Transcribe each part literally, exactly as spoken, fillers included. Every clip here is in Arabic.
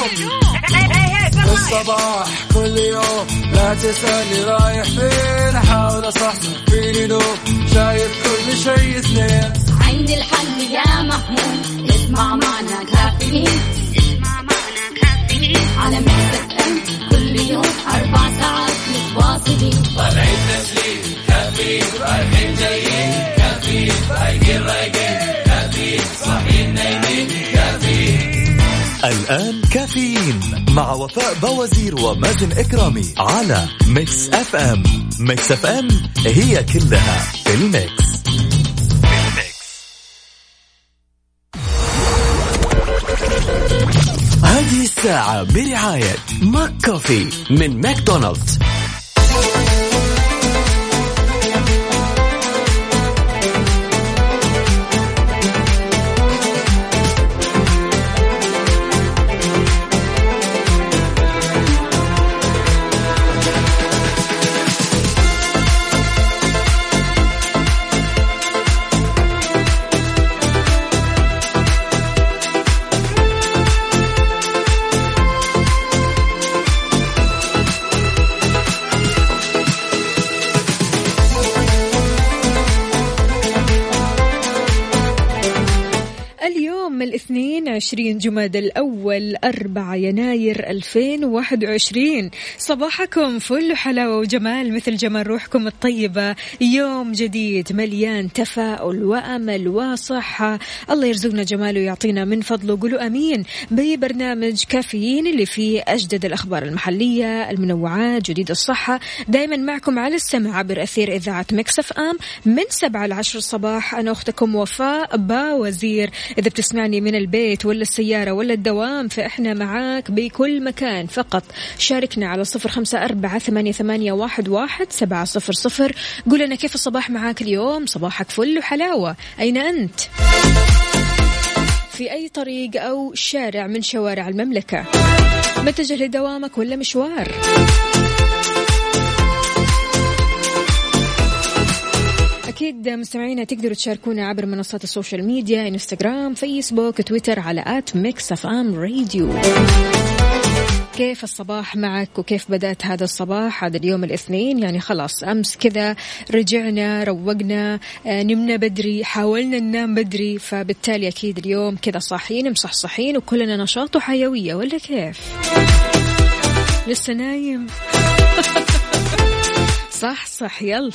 الصباح كل يوم لا تسألني رايح فين، أحاول أصحصح فيني لو شايف كل شيء اثنين. عندي الحل يا محمود، اسمع معنا كافيين، اسمع معنا كافيين على ميكس اف ام كل يوم أربع ساعات متواصلين. طالعين تسليم كافيين، رايحين جايين كافيين، رايقين رايقين كافيين، صاحيين نايمين كافيين. الآن كافيين مع وفاء بوازير ومازن إكرامي على ميكس اف ام. ميكس اف ام هي كلها في الميكس. هذه الساعة برعاية ماك كوفي من ماكدونالدز. الاثنين عشرين جمادى الأول أربعة يناير ألفين وواحد وعشرين. صباحكم فل حلاوة وجمال مثل جمال روحكم الطيبة. يوم جديد مليان تفاؤل وأمل وصحة. الله يرزقنا جماله ويعطينا من فضله. قولوا أمين. ببرنامج كافيين اللي فيه أجدد الأخبار المحلية، المنوعات، جديد الصحة، دايما معكم على السمع عبر أثير إذاعة ميكس اف ام من سبعة لعشر الصباح. أنا أختكم وفاء باوزير. إذا بتسمعني من البيت ولا السيارة ولا الدوام فإحنا معاك بكل مكان. فقط شاركنا على صفر خمسة أربعة ثمانية ثمانية واحد واحد سبعة صفر صفر. قول لنا كيف الصباح معاك اليوم. صباحك فل وحلاوة. أين أنت؟ في أي طريق أو شارع من شوارع المملكة؟ متجه لدوامك ولا مشوار؟ أكيد مستمعينا تقدروا تشاركونا عبر منصات السوشيال ميديا، إنستغرام، فيسبوك، تويتر على آت ميكس اف ام راديو. كيف الصباح معك وكيف بدأت هذا الصباح؟ هذا اليوم الاثنين، يعني خلاص أمس كذا رجعنا روقنا، نمنا بدري، حاولنا ننام بدري، فبالتالي أكيد اليوم كذا صاحيين مصحصحين وكلنا نشاط وحيوية. ولا كيف؟ لسه نايم؟ صح صح يلا.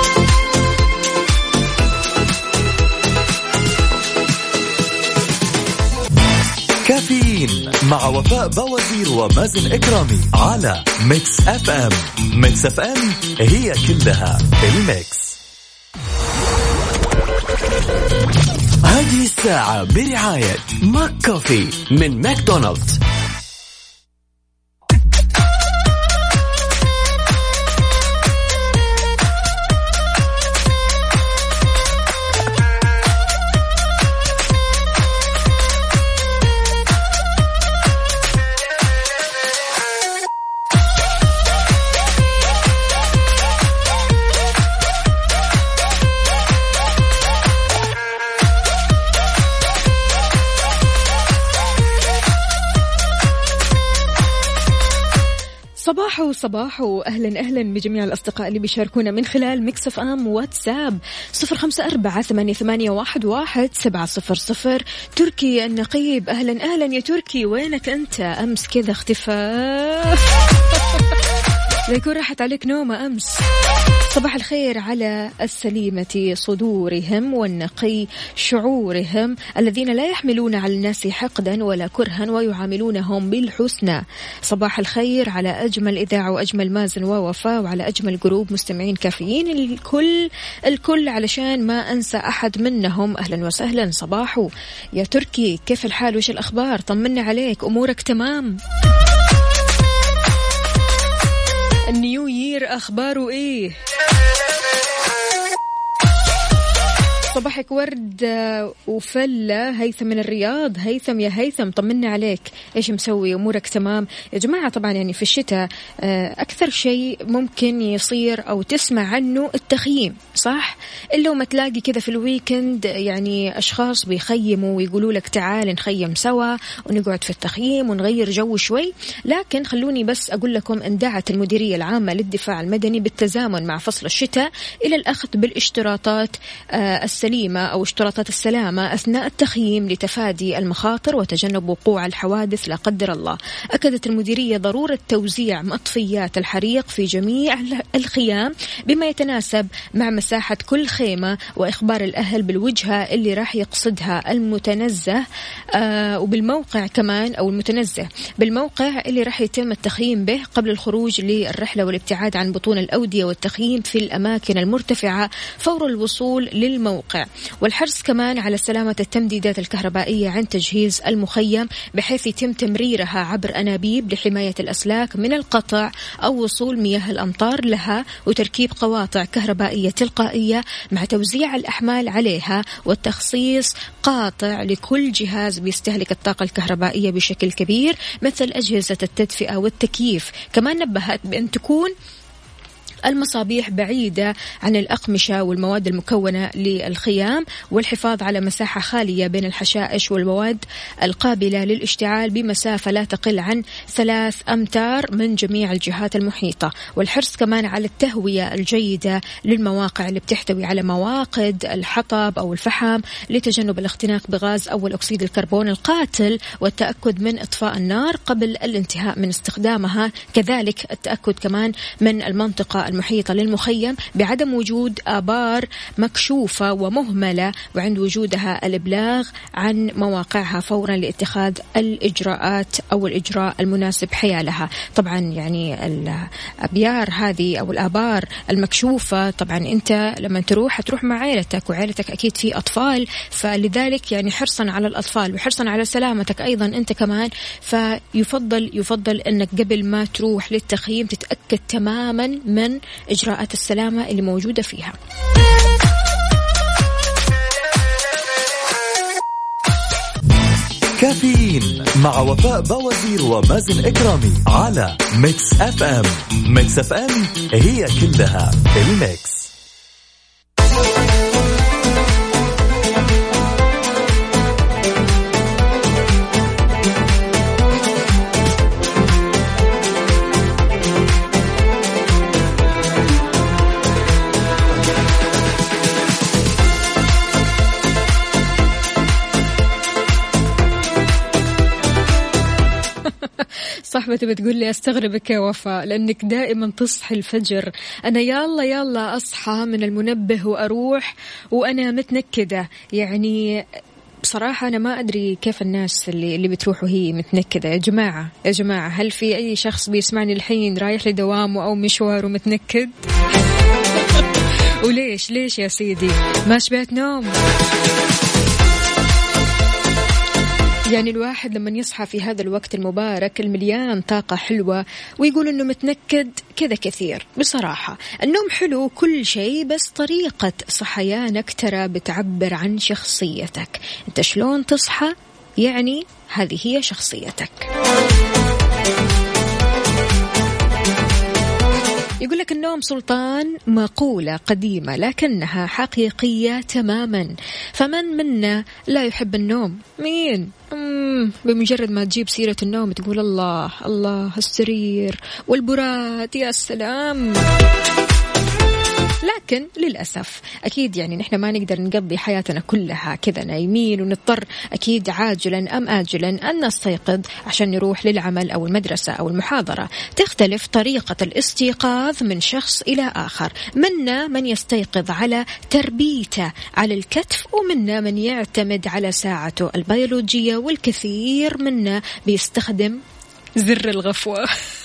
كافيين مع وفاء بوازير ومازن إكرامي على ميكس اف ام. ميكس اف ام هي كلها الميكس. هذه الساعة برعاية ماك كوفي من ماكدونالدز. صباحو صباحو. أهلا أهلا بجميع الأصدقاء اللي بيشاركونا من خلال ميكس اف ام واتساب صفر خمسة أربعة ثمانية ثمانية واحد واحد سبعة صفر صفر. تركي النقيب أهلا أهلا يا تركي، وينك أنت؟ أمس كذا اختفى ليكون راحت عليك نومة أمس. صباح الخير على السليمة صدورهم والنقي شعورهم الذين لا يحملون على الناس حقدا ولا كرها ويعاملونهم بالحسنى. صباح الخير على أجمل إذاعة وأجمل مازن ووفاء وعلى أجمل جروب مستمعين كافيين الكل الكل علشان ما أنسى أحد منهم. أهلا وسهلا. صباحو يا تركي، كيف الحال وش الأخبار؟ طمنا عليك، أمورك تمام؟ النيو يير أخباره إيه؟ صباحك ورد وفلة. هيثم من الرياض. هيثم يا هيثم طمنا عليك، إيش مسوي؟ أمورك تمام يا جماعة؟ طبعا يعني في الشتاء أكثر شيء ممكن يصير أو تسمع عنه التخييم، صح؟ إلا وما تلاقي كذا في الويكند يعني أشخاص بيخيموا ويقولوا لك تعال نخيم سوا ونقعد في التخييم ونغير جو شوي. لكن خلوني بس أقول لكم أن دعت المديرية العامة للدفاع المدني بالتزامن مع فصل الشتاء إلى الأخذ بالاشتراطات السليمة أو اشتراطات السلامة أثناء التخييم لتفادي المخاطر وتجنب وقوع الحوادث لا قدر الله. أكدت المديرية ضرورة توزيع مطفيات الحريق في جميع الخيام بما يتناسب مع مساحة كل خيمة، وإخبار الأهل بالوجهة اللي راح يقصدها المتنزه آه وبالموقع كمان أو المتنزه بالموقع اللي راح يتم التخييم به قبل الخروج للرحلة والابتعاد عن بطون الأودية والتخييم في الأماكن المرتفعة فور الوصول للموقع. والحرص كمان على سلامة التمديدات الكهربائية عند تجهيز المخيم بحيث يتم تمريرها عبر أنابيب لحماية الأسلاك من القطع أو وصول مياه الأمطار لها، وتركيب قواطع كهربائية تلقائية مع توزيع الأحمال عليها والتخصيص قاطع لكل جهاز بيستهلك الطاقة الكهربائية بشكل كبير مثل أجهزة التدفئة والتكييف. كمان نبهت بأن تكون المصابيح بعيدة عن الأقمشة والمواد المكونة للخيام، والحفاظ على مساحة خالية بين الحشائش والمواد القابلة للاشتعال بمسافة لا تقل عن ثلاث أمتار من جميع الجهات المحيطة. والحرص كمان على التهوية الجيدة للمواقع اللي بتحتوي على مواقد الحطب أو الفحم لتجنب الاختناق بغاز أول أكسيد الكربون القاتل، والتأكد من إطفاء النار قبل الانتهاء من استخدامها. كذلك التأكد كمان من المنطقة المحيطة للمخيم بعدم وجود آبار مكشوفة ومهملة، وعند وجودها الإبلاغ عن مواقعها فورا لاتخاذ الإجراءات أو الإجراء المناسب حيالها. طبعا يعني الأبيار هذه أو الآبار المكشوفة طبعا أنت لما تروح هتروح مع عائلتك، وعائلتك أكيد في أطفال، فلذلك يعني حرصا على الأطفال وحرصا على سلامتك أيضا أنت كمان، فيفضل يفضل أنك قبل ما تروح للتخييم تتأكد تماما من إجراءات السلامة اللي موجودة فيها. كافيين مع وفاء بوازير ومازن إكرامي على ميكس أف أم. ميكس أف أم هي كلها الميكس. صاحبتي بتقول لي استغربك يا وفاء لأنك دائما تصحي الفجر، أنا يلا يلا أصحى من المنبه وأروح وأنا متنكدة. يعني بصراحة أنا ما أدري كيف الناس اللي اللي بتروح وهي متنكدة. يا جماعة يا جماعة هل في أي شخص بيسمعني الحين رايح لدوامه أو مشواره متنكد؟ وليش ليش يا سيدي ما شبعت نوم؟ يعني الواحد لما يصحى في هذا الوقت المبارك المليان طاقة حلوة ويقول إنه متنكد كذا كثير. بصراحة النوم حلو كل شيء، بس طريقة صحيانك ترى بتعبر عن شخصيتك. أنت شلون تصحى يعني هذه هي شخصيتك. يقول لك النوم سلطان، مقولة قديمة لكنها حقيقية تماما. فمن منا لا يحب النوم؟ مين؟ مم. بمجرد ما تجيب سيرة النوم تقول الله الله السرير والبراد يا سلام. لكن للأسف أكيد يعني نحن ما نقدر نقضي حياتنا كلها كذا نايمين، ونضطر أكيد عاجلا أم آجلا أن نستيقظ عشان نروح للعمل أو المدرسة أو المحاضرة. تختلف طريقة الاستيقاظ من شخص إلى آخر، منا من يستيقظ على تربيته على الكتف، ومنا من يعتمد على ساعته البيولوجية، والكثير منا بيستخدم زر الغفوة.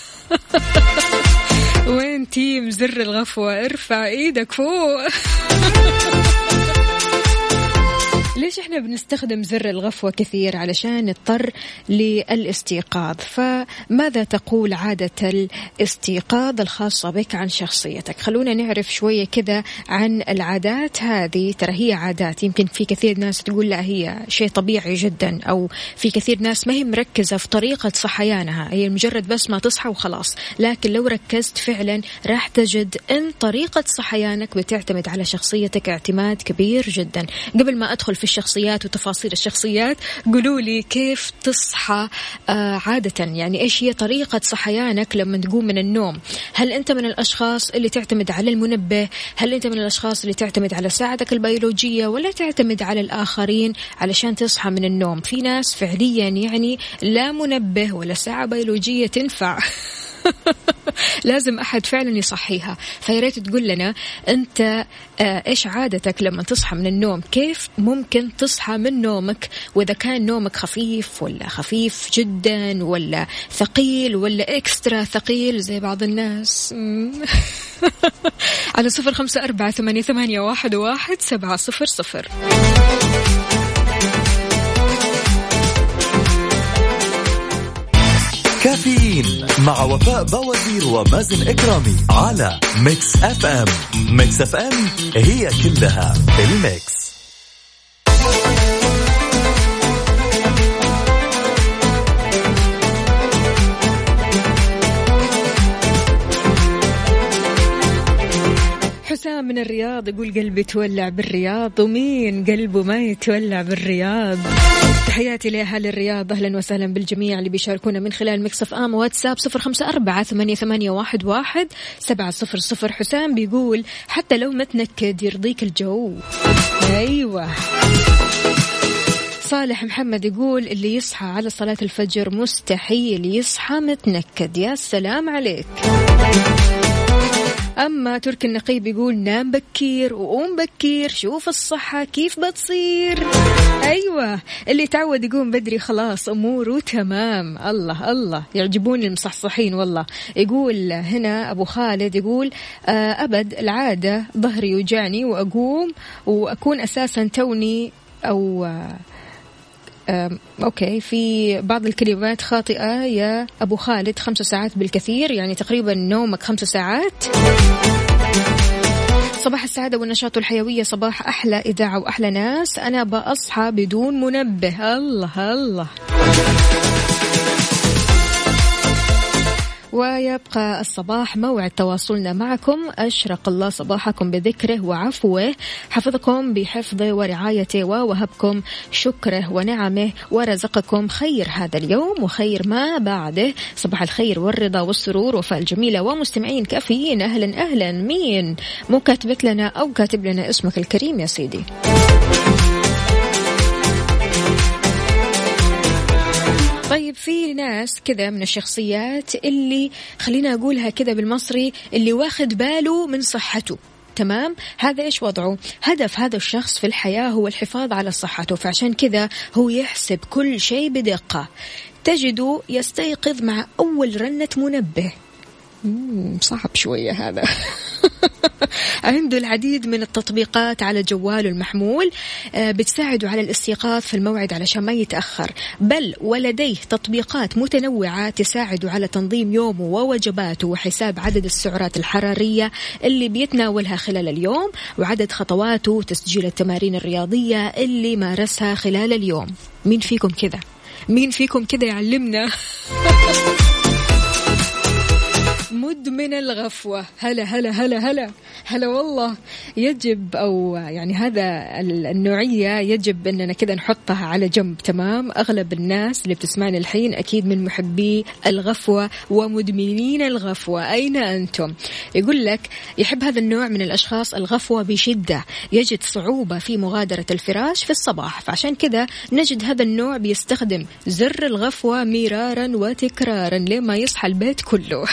وين تيم زر الغفوة؟ ارفع ايدك فوق. ليش احنا بنستخدم زر الغفوة كثير؟ علشان نضطر للاستيقاظ. فماذا تقول عادة الاستيقاظ الخاصة بك عن شخصيتك؟ خلونا نعرف شوية كذا عن العادات هذه. ترى هي عادات، يمكن في كثير ناس تقول لا هي شيء طبيعي جدا، أو في كثير ناس ما هي مركزة في طريقة صحيانها، هي مجرد بس ما تصحى وخلاص. لكن لو ركزت فعلا راح تجد أن طريقة صحيانك بتعتمد على شخصيتك اعتماد كبير جدا. قبل ما أدخل في الشخصيات وتفاصيل الشخصيات، قولوا لي كيف تصحى آه عادة؟ يعني إيش هي طريقة صحيانك لما تقوم من النوم؟ هل أنت من الأشخاص اللي تعتمد على المنبه؟ هل أنت من الأشخاص اللي تعتمد على ساعتك البيولوجية، ولا تعتمد على الآخرين علشان تصحى من النوم؟ في ناس فعليا يعني لا منبه ولا ساعة بيولوجية تنفع لازم أحد فعلا يصحيها. فياريت تقول لنا أنت آه إيش عادتك لما تصحى من النوم؟ كيف ممكن تصحى من نومك؟ وإذا كان نومك خفيف ولا خفيف جدا ولا ثقيل ولا إكسترا ثقيل زي بعض الناس على صفر خمسة أربعة ثمانية ثمانية واحد واحد سبعة صفر صفر. كافيين مع وفاء بوازير ومازن إكرامي على ميكس اف ام. ميكس اف ام هي كلها الميكس. حسام من الرياض يقول قلبي تولع بالرياض، ومين قلبه ما يتولع بالرياض؟ تحياتي لأهل الرياض، أهلا وسهلا بالجميع اللي بيشاركونا من خلال ميكس اف ام واتساب صفر خمسة أربعة ثمانية ثمانية واحد واحد سبعة صفر صفر. حسام بيقول حتى لو متنكد يرضيك الجو. أيوة. صالح محمد يقول اللي يصحى على صلاة الفجر مستحيل يصحى متنكد. يا سلام عليك. أما ترك النقيب يقول نام بكير وقوم بكير، شوف الصحة كيف بتصير. أيوة، اللي تعود يقوم بدري خلاص أموره تمام. الله الله، يعجبوني المصحصحين والله. يقول هنا أبو خالد يقول أبد العادة ظهري يوجعني وأقوم وأكون أساسا توني أو أوكي في بعض الكلمات خاطئة يا أبو خالد. خمس ساعات بالكثير، يعني تقريبا نومك خمس ساعات. صباح السعادة والنشاط والحيوية، صباح أحلى إذاعة وأحلى ناس. أنا بأصحى بدون منبه. الله الله. ويبقى الصباح موعد تواصلنا معكم. أشرق الله صباحكم بذكره وعفوه، حفظكم بحفظه ورعايته، ووهبكم شكره ونعمه، ورزقكم خير هذا اليوم وخير ما بعده. صباح الخير والرضا والسرور. وفاء الجميلة ومستمعين كافيين، أهلا أهلا. مين مو كاتبت لنا أو كاتب لنا اسمك الكريم يا سيدي؟ طيب في ناس كذا من الشخصيات اللي خلينا أقولها كذا بالمصري اللي واخد باله من صحته. تمام، هذا إيش وضعه؟ هدف هذا الشخص في الحياة هو الحفاظ على صحته، فعشان كذا هو يحسب كل شيء بدقة. تجده يستيقظ مع أول رنة منبه. مم صعب شوية هذا عنده العديد من التطبيقات على جواله المحمول بتساعده على الاستيقاظ في الموعد علشان ما يتأخر، بل ولديه تطبيقات متنوعة تساعده على تنظيم يومه ووجباته وحساب عدد السعرات الحرارية اللي بيتناولها خلال اليوم، وعدد خطواته وتسجيل التمارين الرياضية اللي مارسها خلال اليوم. مين فيكم كذا؟ مين فيكم كذا يعلمنا؟ مدمن الغفوة. هلا هلا هلا هلا هلا والله. يجب أو يعني هذا النوعية يجب أننا كذا نحطها على جنب. تمام، أغلب الناس اللي بتسمعني الحين أكيد من محبي الغفوة ومدمنين الغفوة. أين أنتم؟ يقول لك يحب هذا النوع من الأشخاص الغفوة بشدة، يجد صعوبة في مغادرة الفراش في الصباح، فعشان كذا نجد هذا النوع بيستخدم زر الغفوة مرارا وتكرارا لما يصحى البيت كله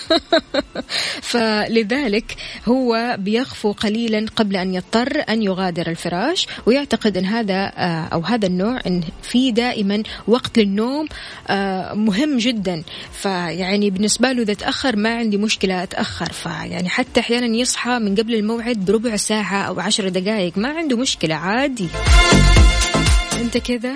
فلذلك هو بيغفو قليلا قبل أن يضطر أن يغادر الفراش، ويعتقد أن هذا أو هذا النوع أن في دائما وقت للنوم مهم جدا. فيعني بالنسبة له إذا تأخر ما عندي مشكلة أتأخر، فيعني حتى أحيانا يصحى من قبل الموعد بربع ساعة أو عشر دقائق ما عنده مشكلة عادي. أنت كذا؟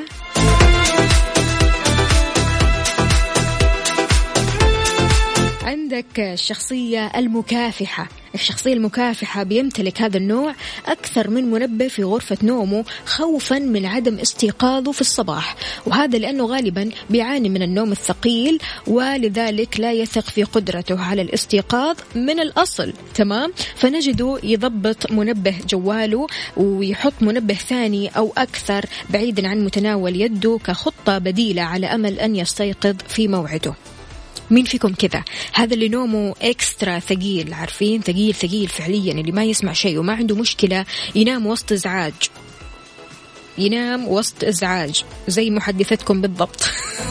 عندك الشخصية المكافحة. الشخصية المكافحة بيمتلك هذا النوع أكثر من منبه في غرفة نومه خوفا من عدم استيقاظه في الصباح، وهذا لأنه غالبا بيعاني من النوم الثقيل ولذلك لا يثق في قدرته على الاستيقاظ من الأصل. تمام؟ فنجده يضبط منبه جواله ويحط منبه ثاني أو أكثر بعيدا عن متناول يده كخطة بديلة على أمل أن يستيقظ في موعده. مين فيكم كذا؟ هذا اللي نومه إكسترا ثقيل، عارفين ثقيل ثقيل فعليا، اللي ما يسمع شيء وما عنده مشكلة ينام وسط إزعاج، ينام وسط إزعاج زي محدثتكم بالضبط.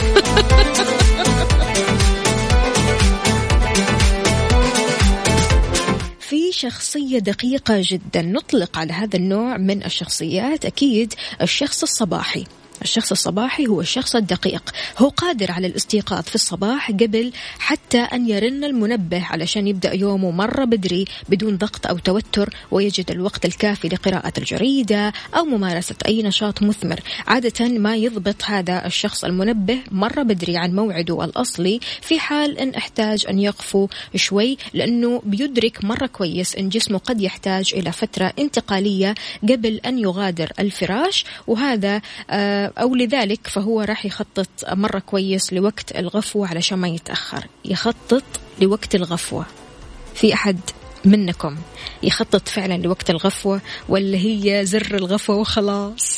في شخصية دقيقة جدا نطلق على هذا النوع من الشخصيات أكيد الشخص الصباحي. الشخص الصباحي هو الشخص الدقيق، هو قادر على الاستيقاظ في الصباح قبل حتى أن يرن المنبه علشان يبدأ يومه مرة بدري بدون ضغط أو توتر، ويجد الوقت الكافي لقراءة الجريدة أو ممارسة أي نشاط مثمر. عادة ما يضبط هذا الشخص المنبه مرة بدري عن موعده الأصلي في حال أن احتاج أن يقفو شوي، لأنه بيدرك مرة كويس أن جسمه قد يحتاج إلى فترة انتقالية قبل أن يغادر الفراش، وهذا آه أو لذلك فهو راح يخطط مرة كويس لوقت الغفوة علشان ما يتأخر. يخطط لوقت الغفوة. في أحد منكم يخطط فعلا لوقت الغفوة ولا هي زر الغفوة وخلاص؟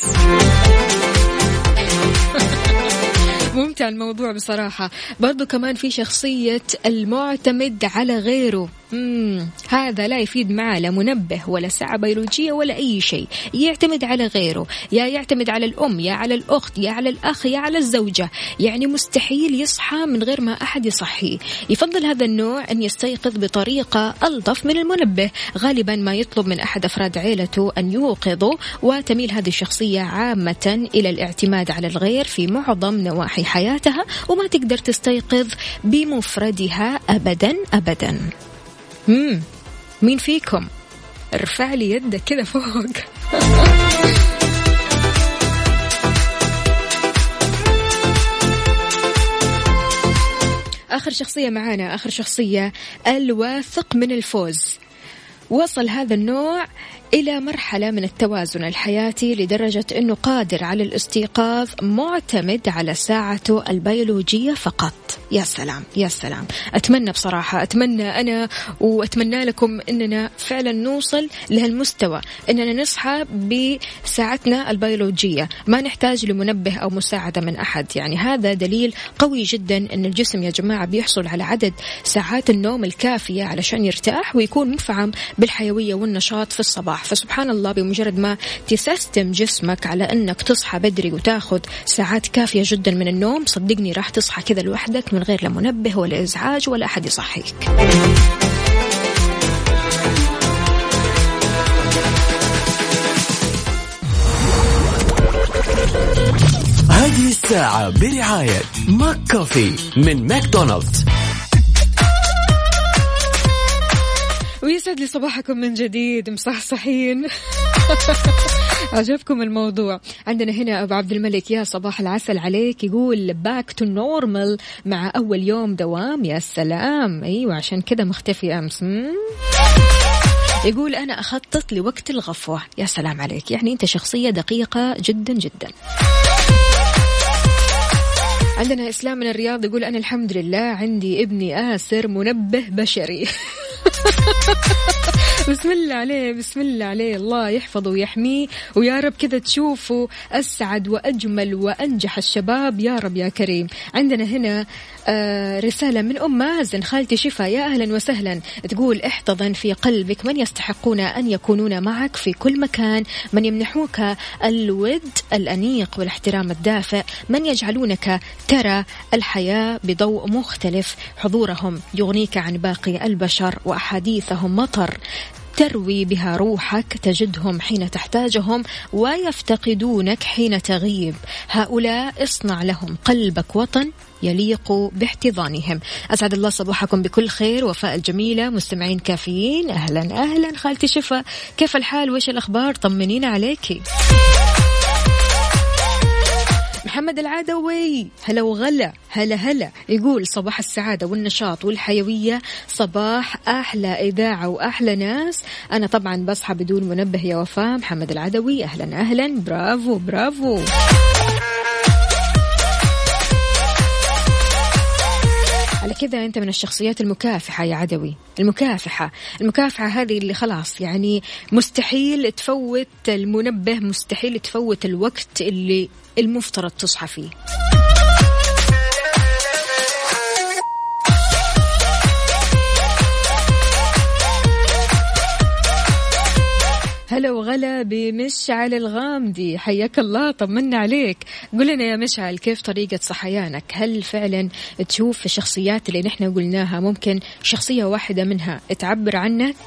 ممتع الموضوع بصراحة. برضو كمان في شخصية المعتمد على غيره. مم. هذا لا يفيد معه لا منبه ولا ساعة بيولوجية ولا أي شيء، يعتمد على غيره، يا يعتمد على الأم يا على الأخت يا على الأخ يا على الزوجة، يعني مستحيل يصحى من غير ما أحد يصحيه. يفضل هذا النوع أن يستيقظ بطريقة ألطف من المنبه، غالبا ما يطلب من أحد أفراد عائلته أن يوقظه، وتميل هذه الشخصية عامة إلى الاعتماد على الغير في معظم نواحي حياتها، وما تقدر تستيقظ بمفردها أبدا أبدا. مم. مين فيكم؟ ارفع لي يدك كذا فوق. آخر شخصية معانا، آخر شخصية الواثق من الفوز. وصل هذا النوع إلى مرحلة من التوازن الحياتي لدرجة أنه قادر على الاستيقاظ معتمد على ساعته البيولوجية فقط. يا سلام يا سلام، أتمنى بصراحة، أتمنى أنا وأتمنى لكم أننا فعلا نوصل لهالمستوى، أننا نصحى بساعتنا البيولوجية، ما نحتاج لمنبه أو مساعدة من أحد. يعني هذا دليل قوي جدا أن الجسم يا جماعة بيحصل على عدد ساعات النوم الكافية علشان يرتاح ويكون مفعم بالحيوية والنشاط في الصباح. فسبحان الله، بمجرد ما تسيستم جسمك على أنك تصحى بدري وتاخذ ساعات كافية جدا من النوم، صدقني راح تصحى كذا لوحدك من غير لا منبه ولا إزعاج ولا أحد يصحيك. هذه الساعة برعاية ماك كوفي من ماكدونالدز. ويسعد لي صباحكم من جديد مصحصحين. عجبكم الموضوع؟ عندنا هنا أبو عبد الملك، يا صباح العسل عليك، يقول باك تو نورمال مع أول يوم دوام. يا سلام، أيوة عشان كده مختفي أمس. يقول أنا أخطط لوقت الغفوة. يا سلام عليك، يعني أنت شخصية دقيقة جدا جدا. عندنا إسلام من الرياض، يقول أنا الحمد لله عندي ابني آسر منبه بشري. بسم الله عليه بسم الله عليه، الله يحفظه ويحميه، ويا رب كذا تشوفوا أسعد وأجمل وأنجح الشباب يا رب يا كريم. عندنا هنا آه رسالة من أم مازن، خالتي شفا، يا أهلا وسهلا، تقول احتضن في قلبك من يستحقون أن يكونون معك في كل مكان، من يمنحوك الود الأنيق والاحترام الدافئ، من يجعلونك ترى الحياة بضوء مختلف، حضورهم يغنيك عن باقي البشر، وأحاديثهم مطر تروي بها روحك، تجدهم حين تحتاجهم ويفتقدونك حين تغيب، هؤلاء اصنع لهم قلبك وطن يليق باحتضانهم. أسعد الله صباحكم بكل خير. وفاء الجميلة، مستمعين كافيين، أهلا أهلا خالتي شفا، كيف الحال وإيش الأخبار؟ طمنينا عليكي. محمد العدوي هلا وغلا هلا هلا، يقول صباح السعادة والنشاط والحيوية، صباح أحلى إذاعة وأحلى ناس. أنا طبعا بصحى بدون منبه يا وفاء. محمد العدوي أهلا أهلا، برافو برافو. على كذا أنت من الشخصيات المكافحة يا عدوي. المكافحة المكافحة هذه اللي خلاص يعني مستحيل تفوت المنبه، مستحيل تفوت الوقت اللي المفترض تصحى فيه. هلا وغلا بمشعل الغامدي، حياك الله، طمنا عليك. قل لنا يا مشعل كيف طريقة صحيانك؟ هل فعلا تشوف في الشخصيات اللي نحن قلناها ممكن شخصية واحدة منها تعبر عنك؟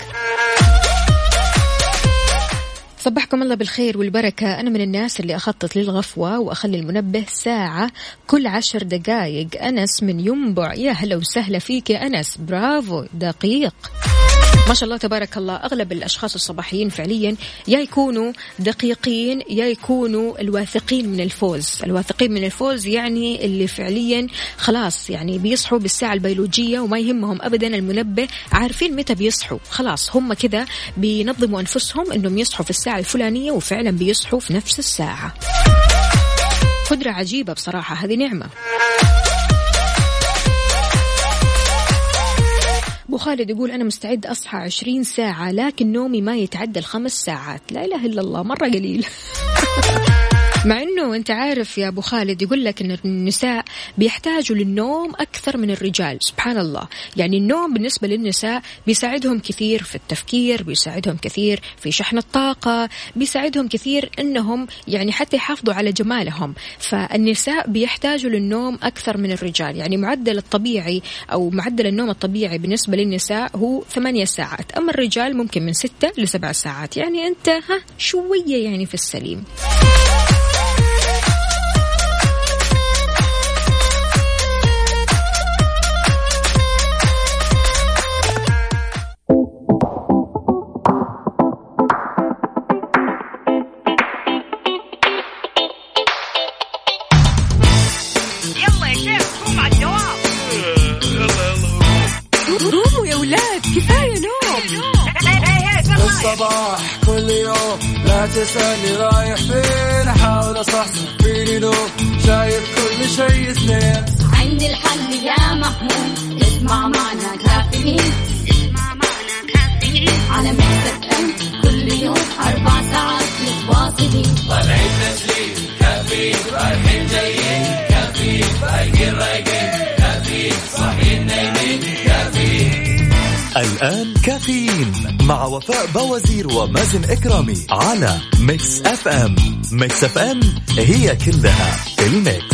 صبحكم الله بالخير والبركة. أنا من الناس اللي أخطط للغفوة وأخلي المنبه ساعة كل عشر دقائق. أنس من ينبع، يا هلا وسهلا فيك يا أنس، برافو، دقيق ما شاء الله تبارك الله. أغلب الأشخاص الصباحيين فعليا يا يكونوا دقيقين يا يكونوا الواثقين من الفوز. الواثقين من الفوز يعني اللي فعليا خلاص يعني بيصحوا بالساعة البيولوجية وما يهمهم أبدا المنبه، عارفين متى بيصحوا، خلاص هم كذا بينظموا أنفسهم أنهم يصحوا في الساعة الفلانية وفعلا بيصحوا في نفس الساعة. قدرة عجيبة بصراحة، هذه نعمة. أبو خالد يقول أنا مستعد أصحى عشرين ساعة لكن نومي ما يتعدى الخمس ساعات. لا إله إلا الله، مرة قليل. مع أنه أنت عارف يا أبو خالد يقول لك أن النساء بيحتاجوا للنوم أكثر من الرجال، سبحان الله. يعني النوم بالنسبة للنساء بيساعدهم كثير في التفكير، بيساعدهم كثير في شحن الطاقة، بيساعدهم كثير أنهم يعني حتى يحافظوا على جمالهم. فالنساء بيحتاجوا للنوم أكثر من الرجال. يعني معدل الطبيعي أو معدل النوم الطبيعي بالنسبة للنساء هو ثمانية ساعات، أما الرجال ممكن من ستة لسبع ساعات. يعني أنت ها شوية يعني في السليم. الصباح كل يوم لا تسألني رايح فين، أحاول أصحصح فيني لو شايف كل شيء سنين. عندي الحل يا محمود، اسمع معنا كافيين، اسمع معنا كافيين على مكتب أم كل يوم أربع ساعات متواصلين. طالعين تسليم كافيين، رايحين جايين كافيين، رايقين رايقين كافيين، صاحيين نايمين كافيين. الآن كافيين مع وفاء بوازير ومازن إكرامي على ميكس أف أم. ميكس أف أم هي كلها الميكس.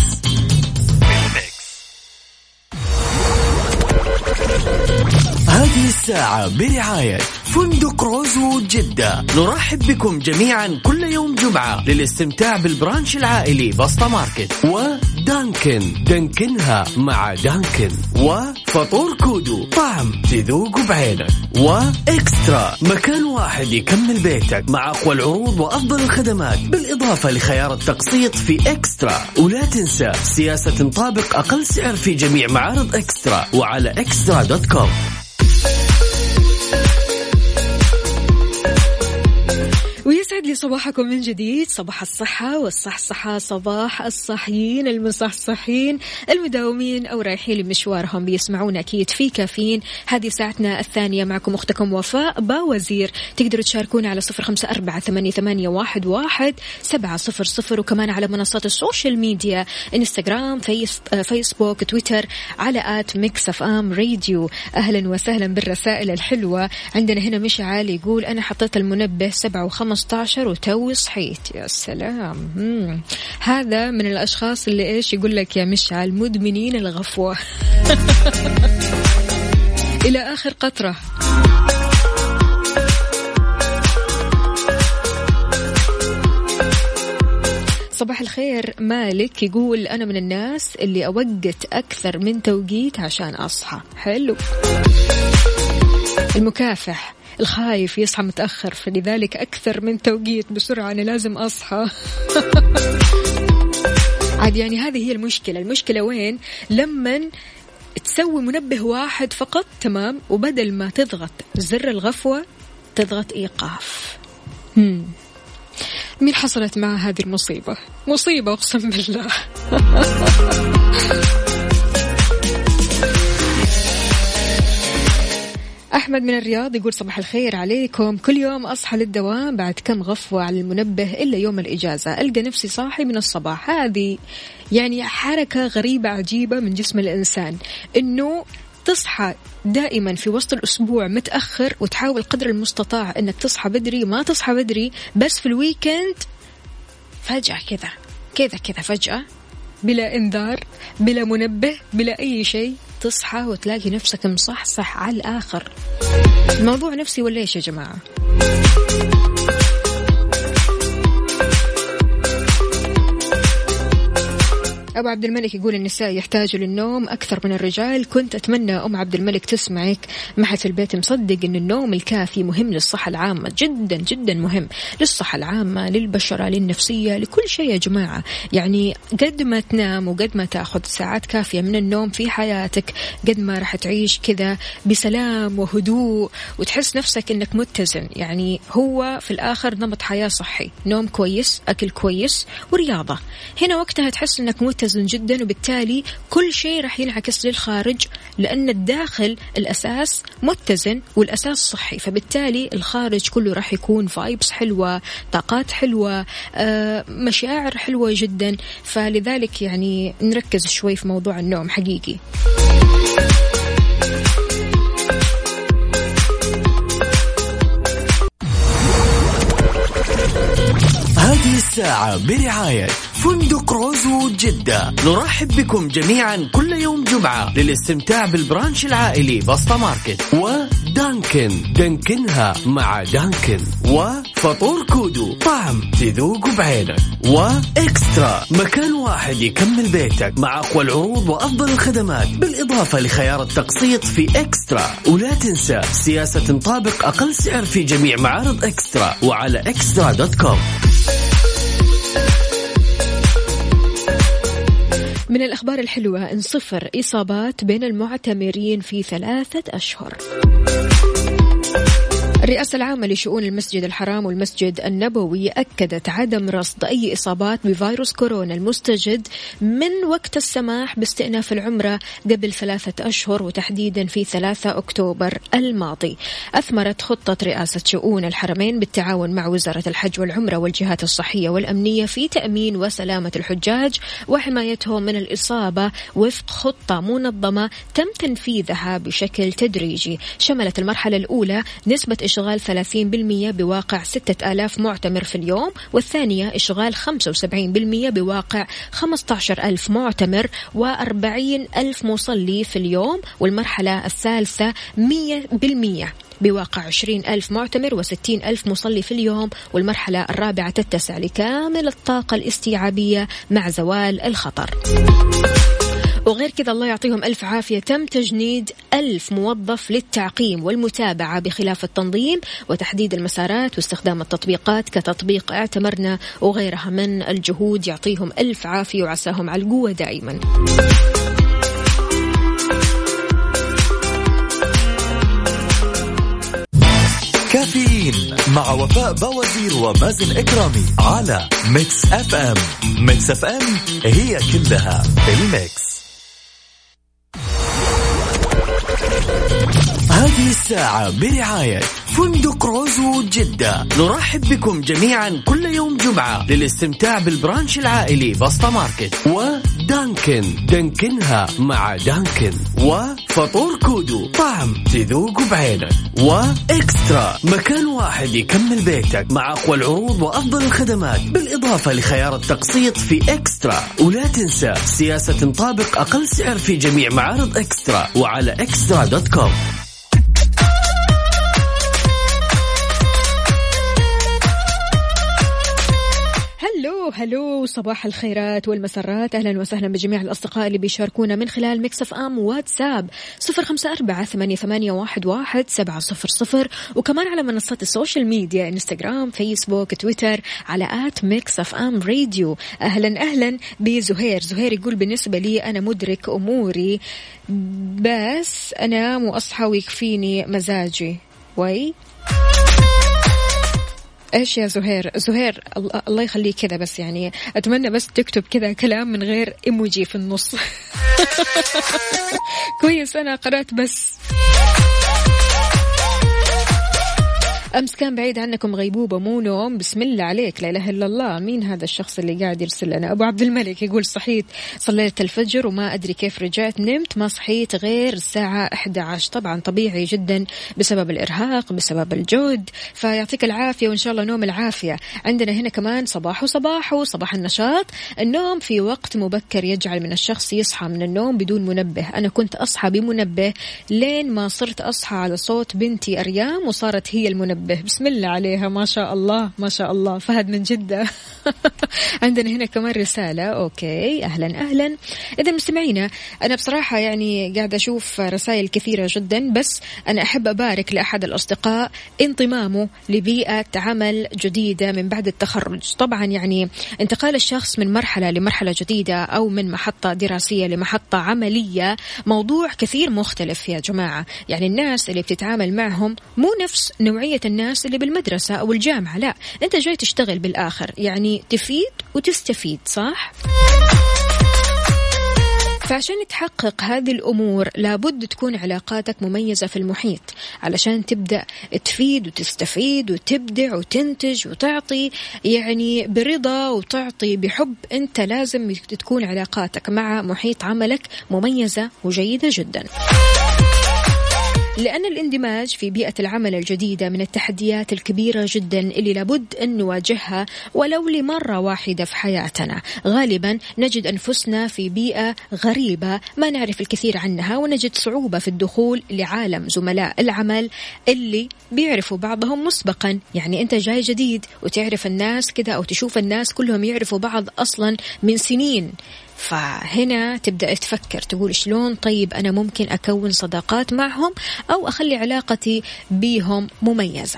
هذه الساعة برعاية فندق روزوود جدة. نرحب بكم جميعا كل يوم جمعة للاستمتاع بالبرانش العائلي بسطة ماركت، ودانكن دانكنها مع دانكن، وفطور كودو طعم تذوق بعينك، وإكسترا مكان واحد يكمل بيتك مع أقوى العروض وأفضل الخدمات بالإضافة لخيار التقسيط في إكسترا. ولا تنسى سياسة تنطبق أقل سعر في جميع معارض إكسترا وعلى إكسترا دوت كوم. ويسعد لي صباحكم من جديد، صباح الصحة والصحصحة، صباح الصحيين المصحصحين المداومين أو رايحين لمشوارهم بيسمعونا أكيد في كافيين. هذه ساعتنا الثانية معكم أختكم وفاء باوزير. تقدروا تشاركونا على صفر خمسة أربعة ثمانية ثمانية واحد واحد سبعة صفر صفر، وكمان على منصات السوشيال ميديا إنستغرام فيس فيسبوك تويتر على آت ميكس أف أم راديو. أهلا وسهلا بالرسائل الحلوة. عندنا هنا مشعل يقول أنا حطيت المنبه سبعة وخمسة عشر وتوي صحيت. يا سلام. مم. هذا من الأشخاص اللي إيش يقول لك يا مشعل مدمنين الغفوة إلى آخر قطرة. صباح الخير. مالك يقول أنا من الناس اللي أوقت أكثر من توقيت عشان أصحى. حلو. المكافح الخايف يصحى متأخر، فلذلك أكثر من توقيت بسرعة أنا لازم أصحى. عاد يعني هذه هي المشكلة. المشكلة وين؟ لما تسوي منبه واحد فقط، تمام، وبدل ما تضغط زر الغفوة تضغط إيقاف. هم. مين حصلت مع هذه المصيبة؟ مصيبة أقسم بالله. أحمد من الرياض يقول صباح الخير عليكم، كل يوم أصحى للدوام بعد كم غفوة على المنبه إلا يوم الإجازة ألقى نفسي صاحي من الصباح. هذه يعني حركة غريبة عجيبة من جسم الإنسان، إنه تصحى دائما في وسط الأسبوع متأخر وتحاول قدر المستطاع إنك تصحى بدري، ما تصحى بدري، بس في الويكند فجأة كذا كذا كذا فجأة بلا إنذار بلا منبه بلا أي شيء تصحى وتلاقي نفسك مصحصح على الآخر. الموضوع نفسي ولا إيش يا جماعة؟ أبو عبد الملك يقول النساء يحتاجوا للنوم أكثر من الرجال. كنت أتمنى أم عبد الملك تسمعك، ما في البيت مصدق إن النوم الكافي مهم للصحة العامة، جدا جدا مهم للصحة العامة، للبشرة، للنفسية، لكل شيء يا جماعة. يعني قد ما تنام وقد ما تأخذ ساعات كافية من النوم في حياتك قد ما راح تعيش كذا بسلام وهدوء وتحس نفسك إنك متزن. يعني هو في الآخر نمط حياة صحي، نوم كويس، أكل كويس، ورياضة. هنا وقتها تحس إنك متزن جدا، وبالتالي كل شيء راح ينعكس للخارج، لأن الداخل الأساس متزن والأساس صحي، فبالتالي الخارج كله راح يكون فايبس حلوة، طاقات حلوة، آه، مشاعر حلوة جدا. فلذلك يعني نركز شوي في موضوع النوم حقيقي. هذه الساعة برعاية فندق روزوود جدة. نرحب بكم جميعا كل يوم جمعة للاستمتاع بالبرانش العائلي بسطة ماركت، ودانكن دانكنها مع دانكن، وفطور كودو طعم تذوق بعينك، وإكسترا مكان واحد يكمل بيتك مع أقوى العروض وأفضل الخدمات، بالإضافة لخيار التقسيط في إكسترا. ولا تنسى سياسة تنطبق أقل سعر في جميع معارض إكسترا وعلى إكسترا دوت كوم. من الأخبار الحلوة إن صفر إصابات بين المعتمرين في ثلاثة أشهر. الرئاسة العامة لشؤون المسجد الحرام والمسجد النبوي أكدت عدم رصد أي إصابات بفيروس كورونا المستجد من وقت السماح باستئناف العمرة قبل ثلاثة أشهر، وتحديدا في ثلاثة أكتوبر الماضي. أثمرت خطة رئاسة شؤون الحرمين بالتعاون مع وزارة الحج والعمرة والجهات الصحية والأمنية في تأمين وسلامة الحجاج وحمايتهم من الإصابة وفق خطة منظمة تم تنفيذها بشكل تدريجي. شملت المرحلة الأولى نسبة إشغال ثلاثين بالمئة بواقع ستة آلاف معتمر في اليوم، والثانية إشغال خمسة وسبعين بالمئة بواقع خمسة عشر ألف معتمر وأربعين ألف مصلي في اليوم، والمرحلة الثالثة مئة بالمئة بواقع عشرين ألف معتمر وستين ألف مصلي في اليوم، والمرحلة الرابعة تتسع لكامل الطاقة الاستيعابية مع زوال الخطر. وغير كذا الله يعطيهم ألف عافية تم تجنيد ألف موظف للتعقيم والمتابعة بخلاف التنظيم وتحديد المسارات واستخدام التطبيقات كتطبيق اعتمرنا وغيرها من الجهود. يعطيهم ألف عافية وعساهم على القوة دائما. كافيين مع وفاء بوازير ومازن إكرامي على ميكس اف ام. ميكس اف ام هي كلها الميكس. هذه الساعة برعاية فندق روزوود جدة. نرحب بكم جميعا كل يوم جمعة للاستمتاع بالبرانش العائلي بسطة ماركت، ودانكن دانكنها مع دانكن، وفطور كودو طعم تذوق بعينك، وإكسترا مكان واحد يكمل بيتك مع أقوى العروض وأفضل الخدمات، بالإضافة لخيار التقسيط في إكسترا. ولا تنسى سياسة تنطبق أقل سعر في جميع معارض إكسترا وعلى إكسترا دوت كوم. هلو هلو صباح الخيرات والمسرات، أهلا وسهلا بجميع الأصدقاء اللي بيشاركونا من خلال ميكس اف ام واتساب صفر خمسة أربعة ثمانية ثمانية واحد واحد سبعة صفر صفر، وكمان على منصات السوشيال ميديا انستغرام فيسبوك تويتر على آت ميكس اف ام راديو. أهلا أهلا بزهير. زهير يقول بالنسبة لي أنا مدرك أموري بس أنام وأصحى ويكفيني مزاجي. وي ايش يا زهير؟ زهير الله يخليك كذا، بس يعني اتمنى بس تكتب كذا كلام من غير ايموجي في النص. كويس انا قرأت بس. أمس كان بعيد عنكم غيبوبة مو نوم، بسم الله عليك لا إله إلا الله. مين هذا الشخص اللي قاعد يرسل لنا؟ أبو عبد الملك يقول صحيت صليت الفجر وما أدري كيف رجعت نمت ما صحيت غير الساعة إحدى عشر. طبعا طبيعي جدا بسبب الإرهاق بسبب الجهد، فيعطيك العافية وإن شاء الله نوم العافية. عندنا هنا كمان صباح وصباح وصباح النشاط. النوم في وقت مبكر يجعل من الشخص يصحى من النوم بدون منبه. أنا كنت أصحى بمنبه لين ما صرت أصحى على صوت بنتي أريام وصارت هي المنبه. بسم الله عليها ما شاء الله ما شاء الله. فهد من جدة. عندنا هنا كمان رسالة. أوكي أهلا أهلا. إذا مستمعينا أنا بصراحة يعني قاعدة أشوف رسائل كثيرة جدا، بس أنا أحب أبارك لأحد الأصدقاء انضمامه لبيئة عمل جديدة من بعد التخرج. طبعا يعني انتقال الشخص من مرحلة لمرحلة جديدة أو من محطة دراسية لمحطة عملية موضوع كثير مختلف يا جماعة. يعني الناس اللي بتتعامل معهم مو نفس نوعية الناس اللي بالمدرسة أو الجامعة، لا أنت جاي تشتغل بالآخر، يعني تفيد وتستفيد صح؟ فعشان تحقق هذه الأمور لابد تكون علاقاتك مميزة في المحيط علشان تبدأ تفيد وتستفيد وتبدع وتنتج وتعطي يعني برضا وتعطي بحب. أنت لازم تكون علاقاتك مع محيط عملك مميزة وجيدة جدا، لأن الاندماج في بيئة العمل الجديدة من التحديات الكبيرة جدا اللي لابد أن نواجهها ولو لمرة واحدة في حياتنا. غالبا نجد أنفسنا في بيئة غريبة ما نعرف الكثير عنها، ونجد صعوبة في الدخول لعالم زملاء العمل اللي بيعرفوا بعضهم مسبقا. يعني أنت جاي جديد وتعرف الناس كده أو تشوف الناس كلهم يعرفوا بعض أصلا من سنين، فهنا تبدأ تفكر تقول شلون طيب أنا ممكن أكون صداقات معهم أو أخلي علاقتي بيهم مميزة.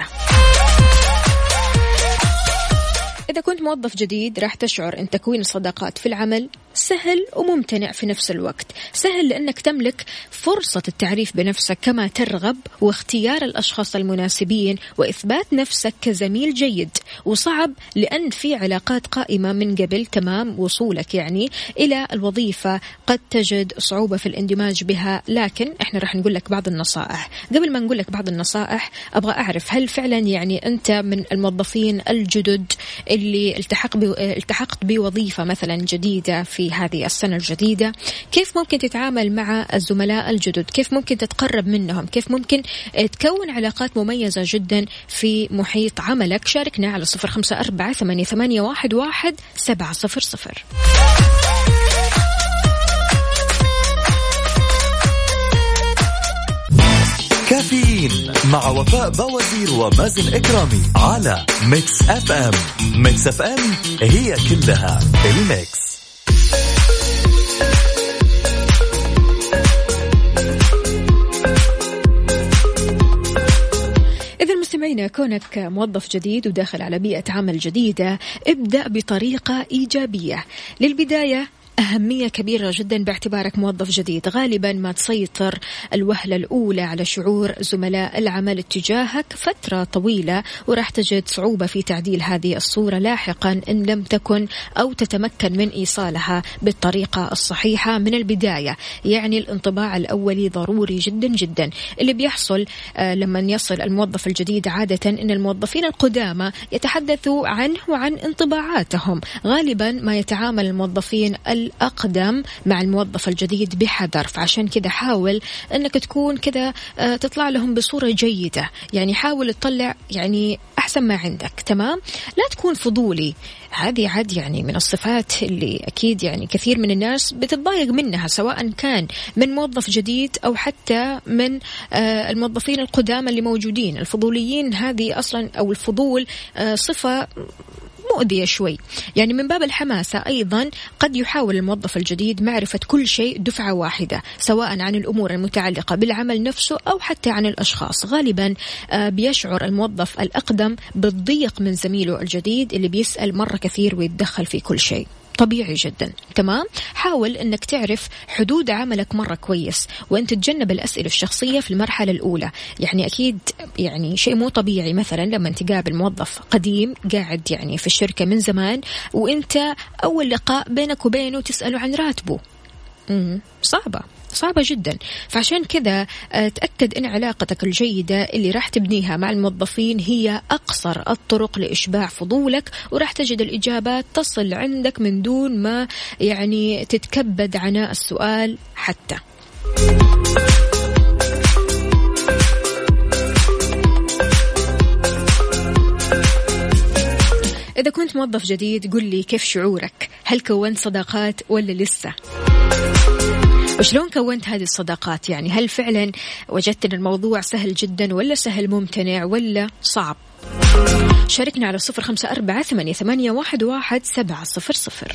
إذا كنت موظف جديد راح تشعر أن تكوين الصداقات في العمل سهل وممتنع في نفس الوقت. سهل لأنك تملك فرصة التعريف بنفسك كما ترغب واختيار الأشخاص المناسبين وإثبات نفسك كزميل جيد، وصعب لأن في علاقات قائمة من قبل تمام وصولك يعني إلى الوظيفة قد تجد صعوبة في الاندماج بها. لكن إحنا راح نقول لك بعض النصائح. قبل ما نقول لك بعض النصائح أبغى أعرف هل فعلا يعني أنت من الموظفين الجدد اللي التحق التحقت بوظيفة مثلا جديدة في هذه السنة الجديدة؟ كيف ممكن تتعامل مع الزملاء الجدد؟ كيف ممكن تتقرب منهم؟ كيف ممكن تكون علاقات مميزة جدا في محيط عملك؟ شاركنا على صفر خمسة أربعة ثمانية ثمانية واحد واحد سبعة صفر صفر. كافيين مع وفاء بوازير ومازن إكرامي على ميكس اف ام. ميكس اف ام هي كلها الميكس. إذا المستمعين كونك موظف جديد وداخل على بيئة عمل جديدة ابدأ بطريقة إيجابية. للبداية أهمية كبيرة جدا باعتبارك موظف جديد. غالبا ما تسيطر الوهلة الأولى على شعور زملاء العمل اتجاهك فترة طويلة، وراح تجد صعوبة في تعديل هذه الصورة لاحقا إن لم تكن أو تتمكن من إيصالها بالطريقة الصحيحة من البداية. يعني الانطباع الأولي ضروري جدا جدا. اللي بيحصل آه لما يصل الموظف الجديد عادة إن الموظفين القدامى يتحدثوا عنه وعن انطباعاتهم. غالبا ما يتعامل الموظفين الأقدم مع الموظف الجديد بحذر، فعشان كده حاول أنك تكون كده تطلع لهم بصورة جيدة. يعني حاول تطلع يعني أحسن ما عندك. تمام؟ لا تكون فضولي. هذه عاد يعني من الصفات اللي أكيد يعني كثير من الناس بتتضايق منها، سواء كان من موظف جديد أو حتى من الموظفين القدامى اللي موجودين. الفضوليين هذه أصلا أو الفضول صفة مو مؤذية شوي. يعني من باب الحماسة أيضا قد يحاول الموظف الجديد معرفة كل شيء دفعة واحدة، سواء عن الأمور المتعلقة بالعمل نفسه أو حتى عن الأشخاص. غالبا بيشعر الموظف الأقدم بالضيق من زميله الجديد اللي بيسأل مرة كثير ويتدخل في كل شيء. طبيعي جدا. تمام. حاول أنك تعرف حدود عملك مرة كويس، وأن تتجنب الأسئلة الشخصية في المرحلة الأولى. يعني أكيد يعني شيء مو طبيعي مثلا لما تقابل موظف قديم قاعد يعني في الشركة من زمان وأنت أول لقاء بينك وبينه تسأله عن راتبه. مم. صعبة صعبة جدا. فعشان كذا تأكد أن علاقتك الجيدة اللي راح تبنيها مع الموظفين هي أقصر الطرق لإشباع فضولك، وراح تجد الإجابات تصل عندك من دون ما يعني تتكبد عناء السؤال حتى. إذا كنت موظف جديد قل لي كيف شعورك؟ هل كونت صداقات ولا لسه؟ وشلون كونت هذه الصداقات؟ يعني هل فعلا وجدت أن الموضوع سهل جدا ولا سهل ممتنع ولا صعب؟ شاركنا على صفر خمسة أربعة ثمانية ثمانية واحد واحد سبعة صفر صفر.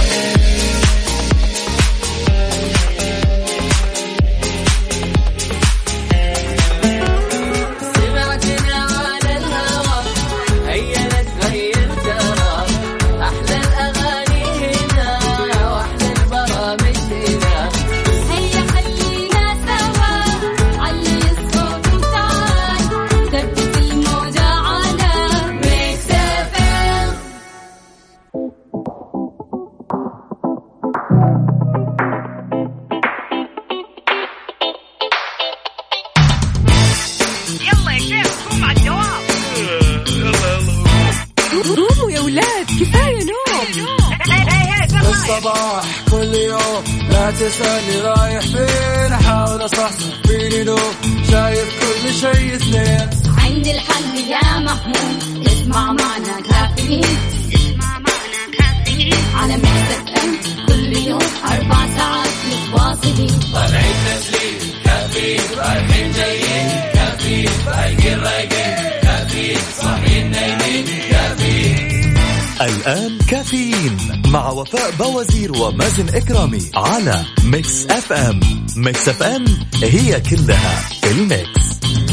الصباح كل يوم لا تسألني رايح فين، أحاول أصحصح فيني لو شايف كل شيء اثنين. عندي الحل يا محمود، اسمع معنا كافيين، اسمع معنا كافيين على ميكس اف ام كل يوم أربع ساعات متواصلين. طالعين تسليم كافيين، رايحين جايين كافيين، رايقين رايقين كافيين، صاحيين نايمين كافيين. الآن كافيين مع وفاء بوازير ومازن إكرامي على ميكس اف ام. ميكس اف ام هي كلها الميكس.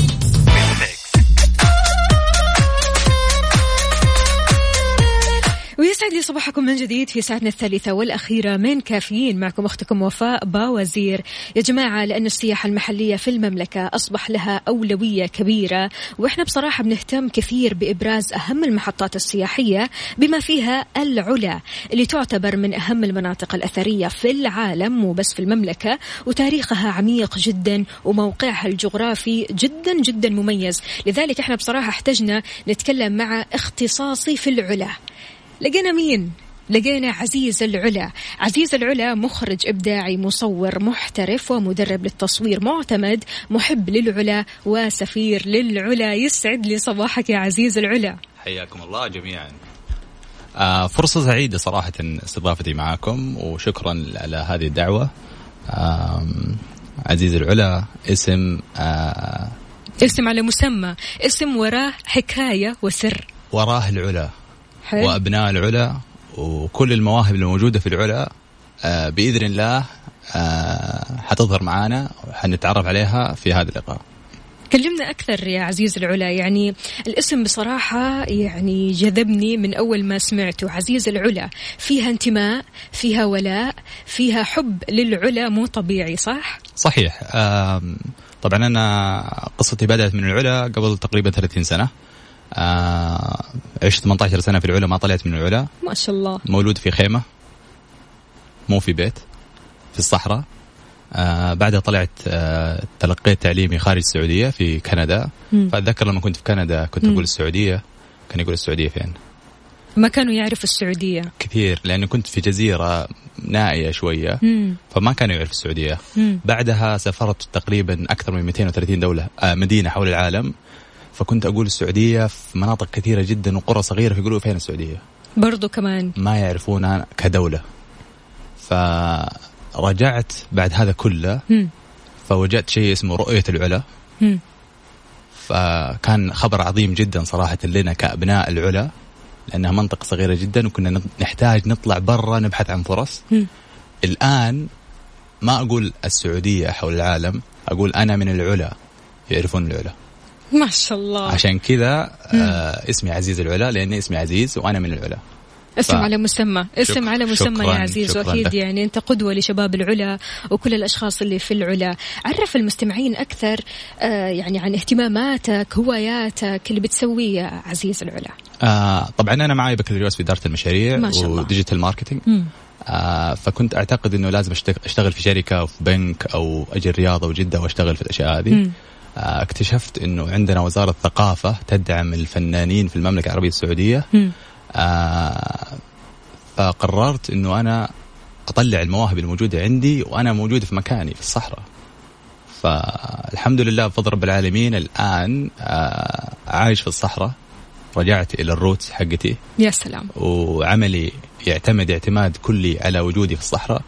ويسعد لي صباحكم من جديد في ساعتنا الثالثة والأخيرة من كافيين، معكم أختكم وفاء باوزير. يا جماعة لأن السياحة المحلية في المملكة أصبح لها أولوية كبيرة، وإحنا بصراحة بنهتم كثير بإبراز أهم المحطات السياحية بما فيها العلا اللي تعتبر من أهم المناطق الأثرية في العالم مو بس في المملكة، وتاريخها عميق جدا وموقعها الجغرافي جدا جدا مميز. لذلك إحنا بصراحة احتجنا نتكلم مع اختصاصي في العلا. لقينا مين؟ لقينا عزيز العلا. عزيز العلا مخرج إبداعي، مصور محترف ومدرب للتصوير معتمد، محب للعلا وسفير للعلا. يسعد لي صباحك يا عزيز العلا. حياكم الله جميعا. آه فرصة سعيدة صراحة استضافتي معاكم، وشكرا على هذه الدعوة. آه عزيز العلا اسم آه اسم على مسمى، اسم وراه حكاية وسر، وراه العلا حلو. وأبناء العلا وكل المواهب الموجودة في العلا آه بإذن الله آه حتظهر معانا وحنتعرف عليها في هذا اللقاء. كلمنا أكثر يا عزيز العلا. يعني الاسم بصراحة يعني جذبني من أول ما سمعته. عزيز العلا فيها انتماء، فيها ولاء، فيها حب للعلا مو طبيعي، صح؟ صحيح. آه طبعا أنا قصتي بدأت من العلا قبل تقريبا ثلاثين سنة. آه عشت ثمانية عشر سنة في العلا، ما طلعت من العلا. ما شاء الله. مولود في خيمة مو في بيت، في الصحراء. آه بعدها طلعت آه تلقيت تعليمي خارج السعودية في كندا. م. فأتذكر لما كنت في كندا كنت م. أقول السعودية، كان يقول السعودية فين؟ ما كانوا يعرف السعودية كثير لأنه كنت في جزيرة نائية شوية. م. فما كانوا يعرف السعودية. م. بعدها سافرت تقريبا أكثر من مئتين وثلاثين دولة آه مدينة حول العالم، فكنت أقول السعودية في مناطق كثيرة جدا وقرى صغيرة، فيقولوا فين السعودية برضو كمان ما يعرفونها كدولة. فرجعت بعد هذا كله م. فوجدت شيء اسمه رؤية العلا. م. فكان خبر عظيم جدا صراحة لنا كأبناء العلا، لأنها منطقة صغيرة جدا وكنا نحتاج نطلع برا نبحث عن فرص. م. الآن ما أقول السعودية حول العالم، أقول أنا من العلا يعرفون العلا. ما شاء الله. عشان كذا آه اسمي عزيز العلا، لأن اسمي عزيز وأنا من العلا. اسم ف... على مسمى، اسم شك... على مسمى يا عزيز. وأكيد لك. يعني أنت قدوة لشباب العلا وكل الأشخاص اللي في العلا. عرف المستمعين أكثر آه يعني عن اهتماماتك، هواياتك اللي بتسويه يا عزيز العلا. آه طبعا أنا معي بكالوريوس في إدارة المشاريع وديجيتال ماركتينج. آه فكنت أعتقد إنه لازم أشتغل في شركة أو في بنك أو أجي الرياض أو جدة وأشتغل في الأشياء هذه. آه اكتشفت إنه عندنا وزارة الثقافة تدعم الفنانين في المملكة العربية السعودية. آه فقررت إنه أنا أطلع المواهب الموجودة عندي وأنا موجود في مكاني في الصحراء. فالحمد لله بفضل رب العالمين الآن آه عايش في الصحراء، رجعت إلى الروتس حقتي. يا سلام. وعملي يعتمد اعتماد كلي على وجودي في الصحراء.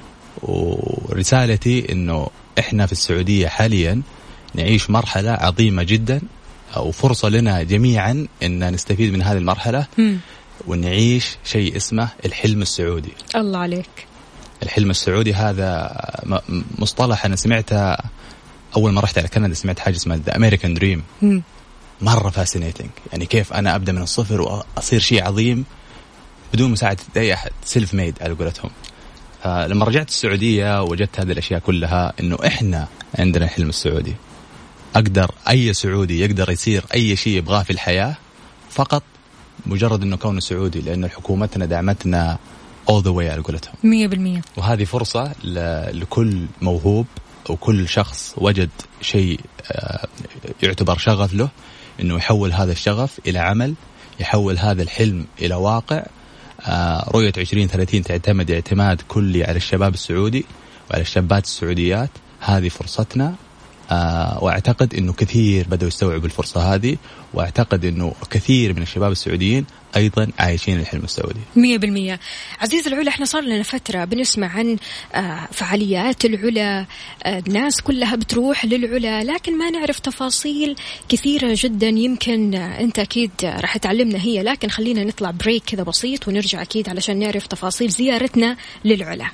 ورسالتي إنه إحنا في السعودية حاليا نعيش مرحلة عظيمة جدا، أو فرصة لنا جميعا إن نستفيد من هذه المرحلة م. ونعيش شيء اسمه الحلم السعودي. الله عليك. الحلم السعودي هذا مصطلح أنا سمعته أول ما رحت على كندا، سمعت حاجة اسمها The American Dream. م. مرة فاسينيتنج، يعني كيف أنا أبدأ من الصفر وأصير شيء عظيم بدون مساعدة أي أحد، سيلف ميد على قولتهم. فلما رجعت السعودية وجدت هذه الأشياء كلها، إنه إحنا عندنا الحلم السعودي. أقدر أي سعودي يقدر يصير أي شيء يبغاه في الحياة فقط مجرد إنه كونه سعودي، لأن حكومتنا دعمتنا all the way على قولتهم مية بالمية. وهذه فرصة لكل موهوب أو كل شخص وجد شيء يعتبر شغف له، إنه يحول هذا الشغف إلى عمل، يحول هذا الحلم إلى واقع. رؤية عشرين ثلاثين تعتمد اعتماد كلي على الشباب السعودي وعلى الشابات السعوديات. هذه فرصتنا. آه وأعتقد أنه كثير بدأوا يستوعبوا الفرصة هذه، وأعتقد أنه كثير من الشباب السعوديين أيضا عايشين الحلم السعودي مية بالمية. عزيز العلا، احنا صار لنا فترة بنسمع عن آه فعاليات العلا، آه الناس كلها بتروح للعلا، لكن ما نعرف تفاصيل كثيرة جدا. يمكن آه أنت أكيد راح تعلمنا هي، لكن خلينا نطلع بريك كذا بسيط ونرجع أكيد علشان نعرف تفاصيل زيارتنا للعلا.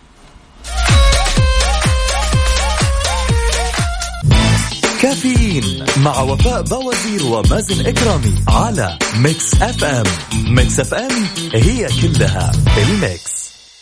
كافيين مع وفاء بوازير ومازن إكرامي على ميكس اف ام. ميكس اف ام هي كلها بالميكس.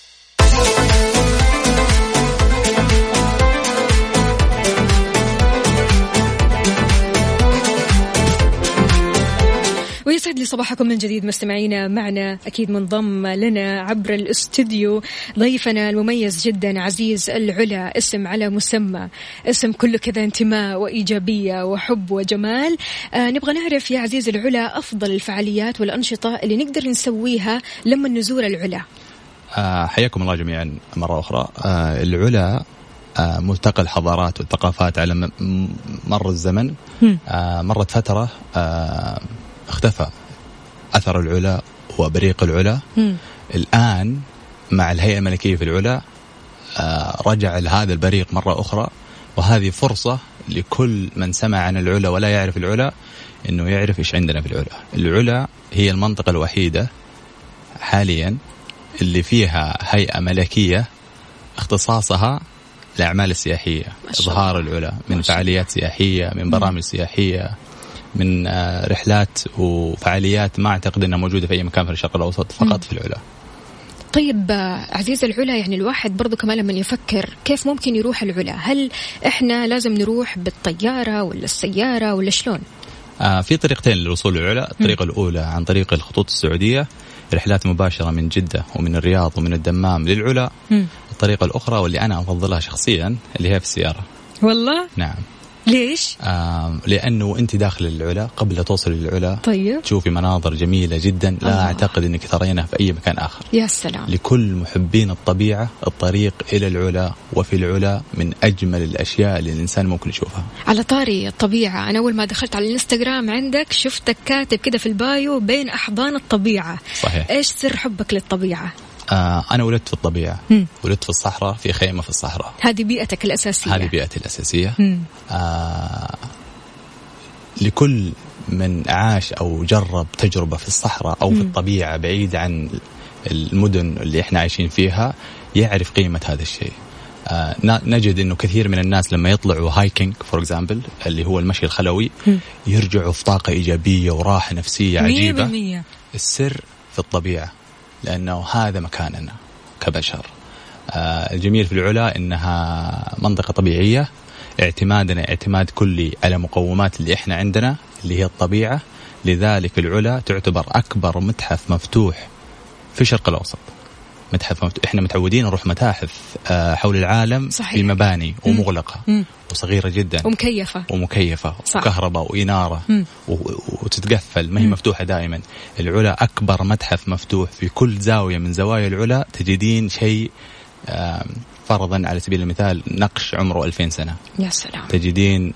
ويسعد لي صباحكم من جديد مستمعينا. معنا أكيد منضم لنا عبر الاستوديو ضيفنا المميز جدا عزيز العلا، اسم على مسمى، اسم كله كذا انتماء وإيجابية وحب وجمال. آه نبغى نعرف يا عزيز العلا أفضل الفعاليات والأنشطة اللي نقدر نسويها لما نزور العلا. آه حياكم الله جميعا مرة أخرى. آه العلا آه ملتقى الحضارات والثقافات على مر الزمن. آه مرت فترة آه اختفى أثر العلا وبريق العلا. م. الآن مع الهيئة الملكية في العلا آه رجع لهذا البريق مرة أخرى، وهذه فرصة لكل من سمع عن العلا ولا يعرف العلا إنه يعرف إيش عندنا في العلا. العلا هي المنطقة الوحيدة حاليا اللي فيها هيئة ملكية اختصاصها الأعمال السياحية، إظهار العلا من فعاليات سياحية، من برامج سياحية، من رحلات وفعاليات ما أعتقد أنها موجودة في أي مكان في الشرق الأوسط، فقط في العلا. طيب عزيز العلا، يعني الواحد برضو كمان لما يفكر كيف ممكن يروح العلا، هل إحنا لازم نروح بالطيارة ولا السيارة ولا شلون؟ آه في طريقتين للوصول للعلا. الطريقة م. الأولى عن طريق الخطوط السعودية، رحلات مباشرة من جدة ومن الرياض ومن الدمام للعلا. م. الطريقة الأخرى واللي أنا أفضلها شخصيا اللي هي في السيارة. والله؟ نعم. ليش؟ آه لأنه أنت داخل العلا قبل توصل للعلا طيب تشوفي مناظر جميلة جدا لا آه. أعتقد أنك ترينها في أي مكان آخر. يا سلام. لكل محبين الطبيعة الطريق إلى العلا وفي العلا من أجمل الأشياء اللي الإنسان ممكن يشوفها. على طاري الطبيعة، أنا أول ما دخلت على الانستغرام عندك شفتك كاتب كده في البايو بين أحضان الطبيعة. صحيح. إيش سر حبك للطبيعة؟ آه أنا ولدت في الطبيعة. مم. ولدت في الصحراء في خيمة في الصحراء. هذه بيئتك الأساسية. هذه بيئتي الأساسية. آه لكل من عاش أو جرب تجربة في الصحراء أو في الطبيعة بعيد عن المدن اللي إحنا عايشين فيها يعرف قيمة هذا الشيء. آه نجد إنه كثير من الناس لما يطلعوا هايكينج فور إكزامبل اللي هو المشي الخلوي يرجعوا في طاقة إيجابية وراحة نفسية عجيبة. مية بالمية. السر في الطبيعة، لأنه هذا مكاننا كبشر. آه الجميل في العلا إنها منطقة طبيعية، اعتمادنا اعتماد كلي على مقومات اللي إحنا عندنا اللي هي الطبيعة. لذلك العلا تعتبر أكبر متحف مفتوح في الشرق الأوسط. متحف مفتوح. إحنا متعودين نروح متاحف حول العالم. صحيح. في مباني ومغلقة مم. وصغيرة جدا ومكيفة ومكيفة وكهرباء وإنارة و... وتتقفل، ما هي مفتوحة دائما. العلا أكبر متحف مفتوح، في كل زاوية من زوايا العلا تجدين شيء فرضا على سبيل المثال نقش عمره ألفين سنة. يا سلام. تجدين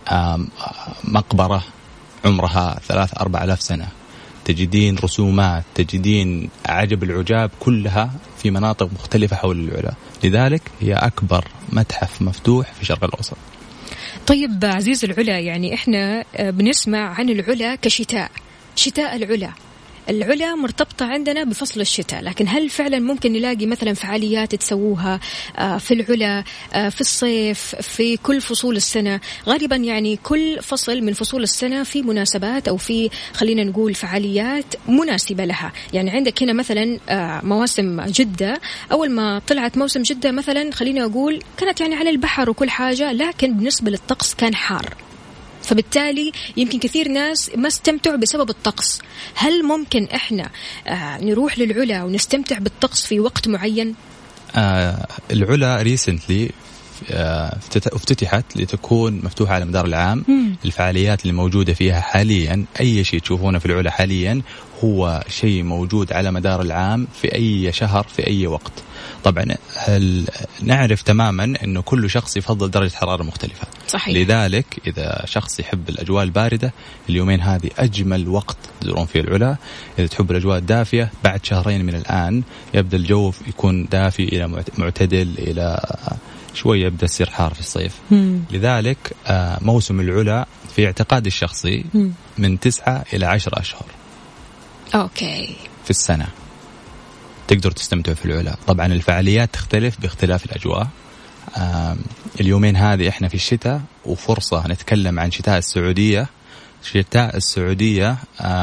مقبرة عمرها ثلاث أربع آلاف سنة، تجدين رسومات، تجدين عجب العجاب كلها في مناطق مختلفة حول العلا. لذلك هي أكبر متحف مفتوح في الشرق الأوسط. طيب عزيز العلا، يعني إحنا بنسمع عن العلا كشتاء، شتاء العلا. العلا مرتبطة عندنا بفصل الشتاء، لكن هل فعلا ممكن نلاقي مثلا فعاليات تسووها في العلا في الصيف في كل فصول السنة؟ غالبا يعني كل فصل من فصول السنة في مناسبات أو في خلينا نقول فعاليات مناسبة لها. يعني عندك هنا مثلا مواسم جدة، أول ما طلعت موسم جدة مثلا خلينا أقول كانت يعني على البحر وكل حاجة، لكن بالنسبة للطقس كان حار، فبالتالي يمكن كثير ناس ما استمتعوا بسبب الطقس. هل ممكن إحنا آه نروح للعلا ونستمتع بالطقس في وقت معين؟ آه العلا ريسنتلي آه افتتحت لتكون مفتوحة على مدار العام. مم. الفعاليات اللي موجودة فيها حاليا، أي شيء تشوفونه في العلا حاليا هو شيء موجود على مدار العام في أي شهر في أي وقت. طبعا نعرف تماما أنه كل شخص يفضل درجة حرارة مختلفة. صحيح. لذلك إذا شخص يحب الأجواء الباردة، اليومين هذه أجمل وقت تزورون فيه العلا. إذا تحب الأجواء الدافية، بعد شهرين من الآن يبدأ الجو يكون دافي إلى معتدل، إلى شوية يبدأ يصير حار في الصيف. مم. لذلك موسم العلا في اعتقادي الشخصي مم. من تسعة إلى عشر أشهر أوكي في السنة تقدر تستمتع في العلا. طبعا الفعاليات تختلف باختلاف الأجواء. اليومين هذه إحنا في الشتاء، وفرصة نتكلم عن شتاء السعودية. شتاء السعودية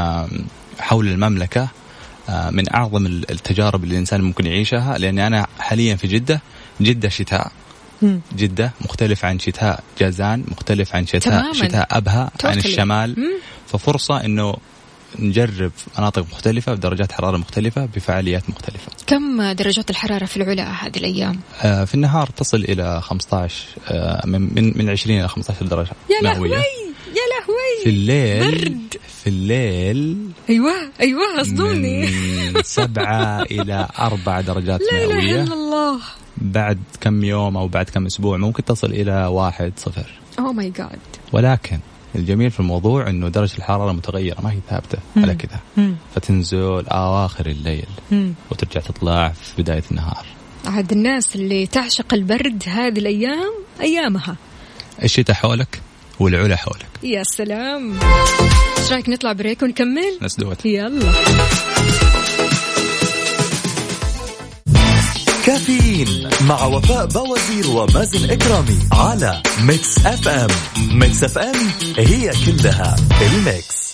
حول المملكة من أعظم التجارب اللي الإنسان ممكن يعيشها، لأني أنا حاليا في جدة. جدة شتاء جدة مختلف عن شتاء جازان، مختلف عن شتاء تماماً. شتاء أبها totally. عن الشمال. مم. ففرصة إنه نجرب مناطق مختلفة بدرجات حرارة مختلفة بفعاليات مختلفة. كم درجات الحرارة في العلا هذه الأيام؟ آه في النهار تصل إلى خمسة عشر آه من من عشرين إلى خمسة عشر درجة. يا لهوي يا لهوي. في الليل برد. في الليل أيوة أيوة أصدوني من سبعة إلى أربع درجات مئوية. لا إله إلا الله. بعد كم يوم أو بعد كم أسبوع ممكن تصل إلى واحد صفر. أوه ماي جاد. ولكن الجميل في الموضوع إنه درجة الحرارة متغيرة، ما هي ثابتة على كذا، فتنزل أواخر الليل مم. وترجع تطلع في بداية النهار. عاد الناس اللي تعشق البرد هذه الأيام أيامها. الشتاء حولك والعلا حولك. يا سلام. ايش رايك نطلع بريك ونكمل؟ نسدوت. يلا. كافيين مع وفاء بوازير ومازن إكرامي على ميكس اف ام. ميكس اف ام هي كلها الميكس.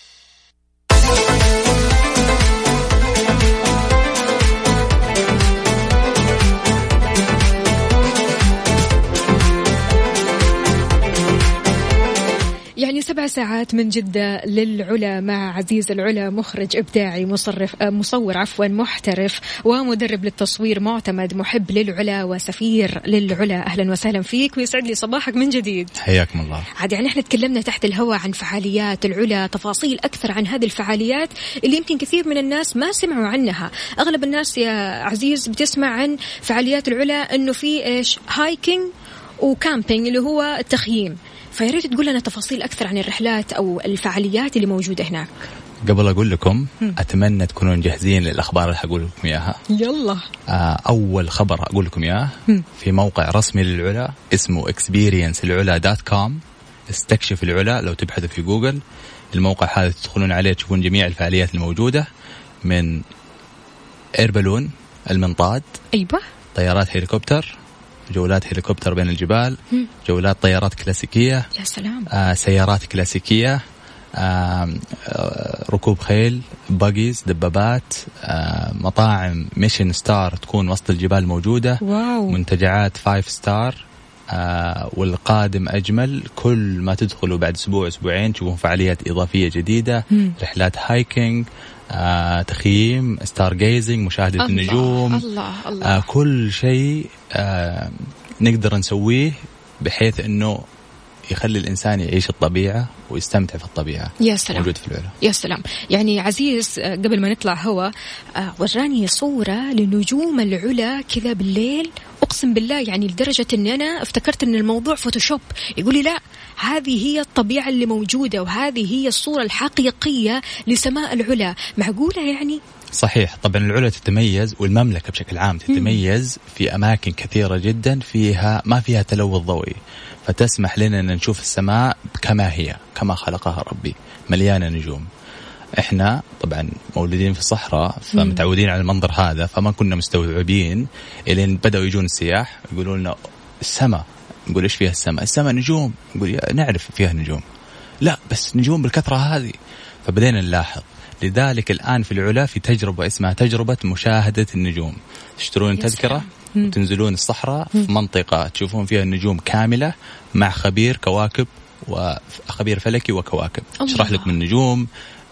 يعني سبع ساعات من جدة للعلا مع عزيز العلا، مخرج إبداعي، مصرف مصور عفوا محترف ومدرب للتصوير معتمد، محب للعلا وسفير للعلا. أهلا وسهلا فيك ويسعد لي صباحك من جديد. حياكم الله. عاد يعني احنا تكلمنا تحت الهواء عن فعاليات العلا، تفاصيل أكثر عن هذه الفعاليات اللي يمكن كثير من الناس ما سمعوا عنها. أغلب الناس يا عزيز بتسمع عن فعاليات العلا إنه في إيش هايكينج وكامبينج اللي هو التخييم، فياريت تقول لنا تفاصيل أكثر عن الرحلات أو الفعاليات اللي موجودة هناك. قبل أقول لكم م. أتمنى تكونون جاهزين للأخبار اللي هقول لكم إياها. يلا. آه أول خبر أقول لكم إياه في موقع رسمي للعلا اسمه experience العلا دوت كوم. استكشف العلا لو تبحثوا في جوجل الموقع هذا تدخلون عليه تشوفون جميع الفعاليات الموجودة، من إيربالون المنطاد، أيوة، طيارات هليكوبتر، جولات هليكوبتر بين الجبال، م. جولات طيارات كلاسيكية، يا سلام، آه سيارات كلاسيكية، آه آه ركوب خيل، باجيز، دبابات، آه مطاعم ميشن ستار تكون وسط الجبال موجودة، واو. منتجعات فايف ستار، آه والقادم أجمل. كل ما تدخلوا بعد أسبوع أسبوعين تشوفون فعاليات إضافية جديدة، م. رحلات هايكينج، آه تخييم، ستار جيزنج، مشاهدة الله النجوم، الله الله. آه كل شيء آه نقدر نسويه بحيث أنه يخلي الإنسان يعيش الطبيعة ويستمتع في الطبيعة. يا سلام، موجود في العلا. يا سلام. يعني عزيز قبل ما نطلع هوا وراني صورة لنجوم العلا كذا بالليل، أقسم بالله يعني لدرجة أني أنا افتكرت أن الموضوع فوتوشوب. يقولي لا، هذه هي الطبيعة اللي موجودة وهذه هي الصورة الحقيقية لسماء العلا. معقولة يعني؟ صحيح. طبعا العلا تتميز، والمملكة بشكل عام تتميز م. في أماكن كثيرة جدا فيها ما فيها تلوث ضوئي، فتسمح لنا أن نشوف السماء كما هي، كما خلقها ربي، مليانة نجوم. إحنا طبعا مولودين في الصحراء فمتعودين على المنظر هذا، فما كنا مستوعبين إلين بدأوا يجون السياح يقولوا لنا السماء. نقول إيش فيها السماء؟ السماء نجوم. نقول نعرف فيها نجوم، لا بس نجوم بالكثرة هذه. فبدينا نلاحظ. لذلك الآن في العلا في تجربة اسمها تجربة مشاهدة النجوم. تشترون تذكرة وتنزلون الصحراء في منطقة تشوفون فيها النجوم كاملة مع خبير كواكب وخبير فلكي وكواكب، يشرح لكم النجوم،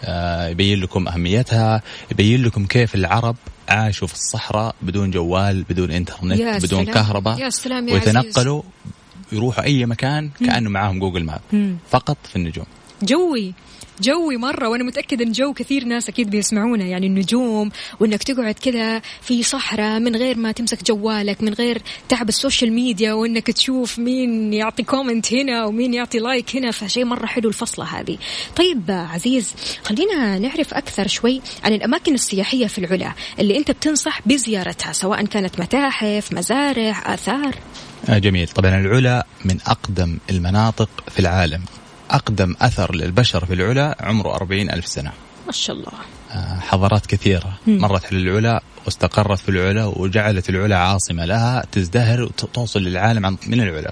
يبين لكم أهميتها، يبين لكم كيف العرب عاشوا في الصحراء بدون جوال، بدون إنترنت، بدون كهرباء، ويتنقلوا يروحوا أي مكان كأنه معاهم جوجل ماب، فقط في النجوم. جوي جوي مرة، وأنا متأكد أن جو كثير ناس أكيد بيسمعونا. يعني النجوم، وأنك تقعد كذا في صحراء من غير ما تمسك جوالك، من غير تعب السوشيال ميديا، وأنك تشوف مين يعطي كومنت هنا ومين يعطي لايك هنا، فشيء مرة حلو الفصلة هذه. طيب عزيز، خلينا نعرف أكثر شوي عن الأماكن السياحية في العلا اللي أنت بتنصح بزيارتها، سواء كانت متاحف، مزارع، آثار. آه جميل. طبعا العلا من أقدم المناطق في العالم. أقدم أثر للبشر في العلا عمره أربعين ألف سنة، ما شاء الله. حضارات كثيرة مرت على العلا واستقرت في العلا، وجعلت العلا عاصمة لها تزدهر وتوصل للعالم من العلا.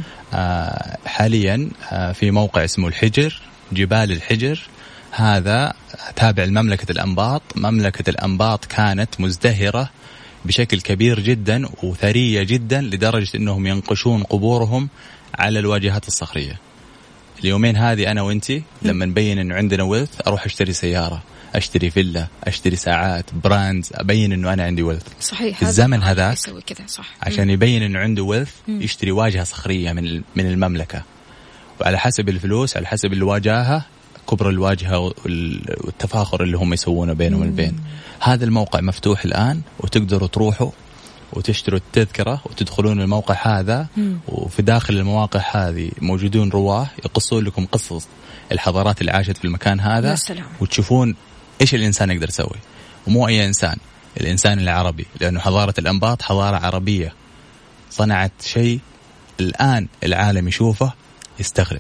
حاليا في موقع اسمه الحجر، جبال الحجر، هذا تابع لمملكة الأنباط. مملكة الأنباط كانت مزدهرة بشكل كبير جدا وثرية جدا، لدرجة أنهم ينقشون قبورهم على الواجهات الصخرية. اليومين هذه أنا وإنتي لما نبين إنه عندنا ويلث، أروح أشتري سيارة، أشتري فيلا، أشتري ساعات، براندز، أبين إنه أنا عندي ويلث. صحيح. في الزمن هذاك صح. عشان يبين إنه عنده ويلث يشتري واجهة صخرية من من المملكة، وعلى حسب الفلوس، على حسب الواجهة، كبر الواجهة والتفاخر اللي هم يسوونه بينهم البين. هذا الموقع مفتوح الآن، وتقدروا تروحوا وتشتروا التذكرة وتدخلون الموقع هذا. مم. وفي داخل المواقع هذه موجودون رواه يقصون لكم قصص الحضارات اللي عاشت في المكان هذا، وتشوفون إيش الإنسان يقدر يسوي، ومو أي إنسان، الإنسان العربي، لأنه حضارة الأنباط حضارة عربية صنعت شيء الآن العالم يشوفه يستغرب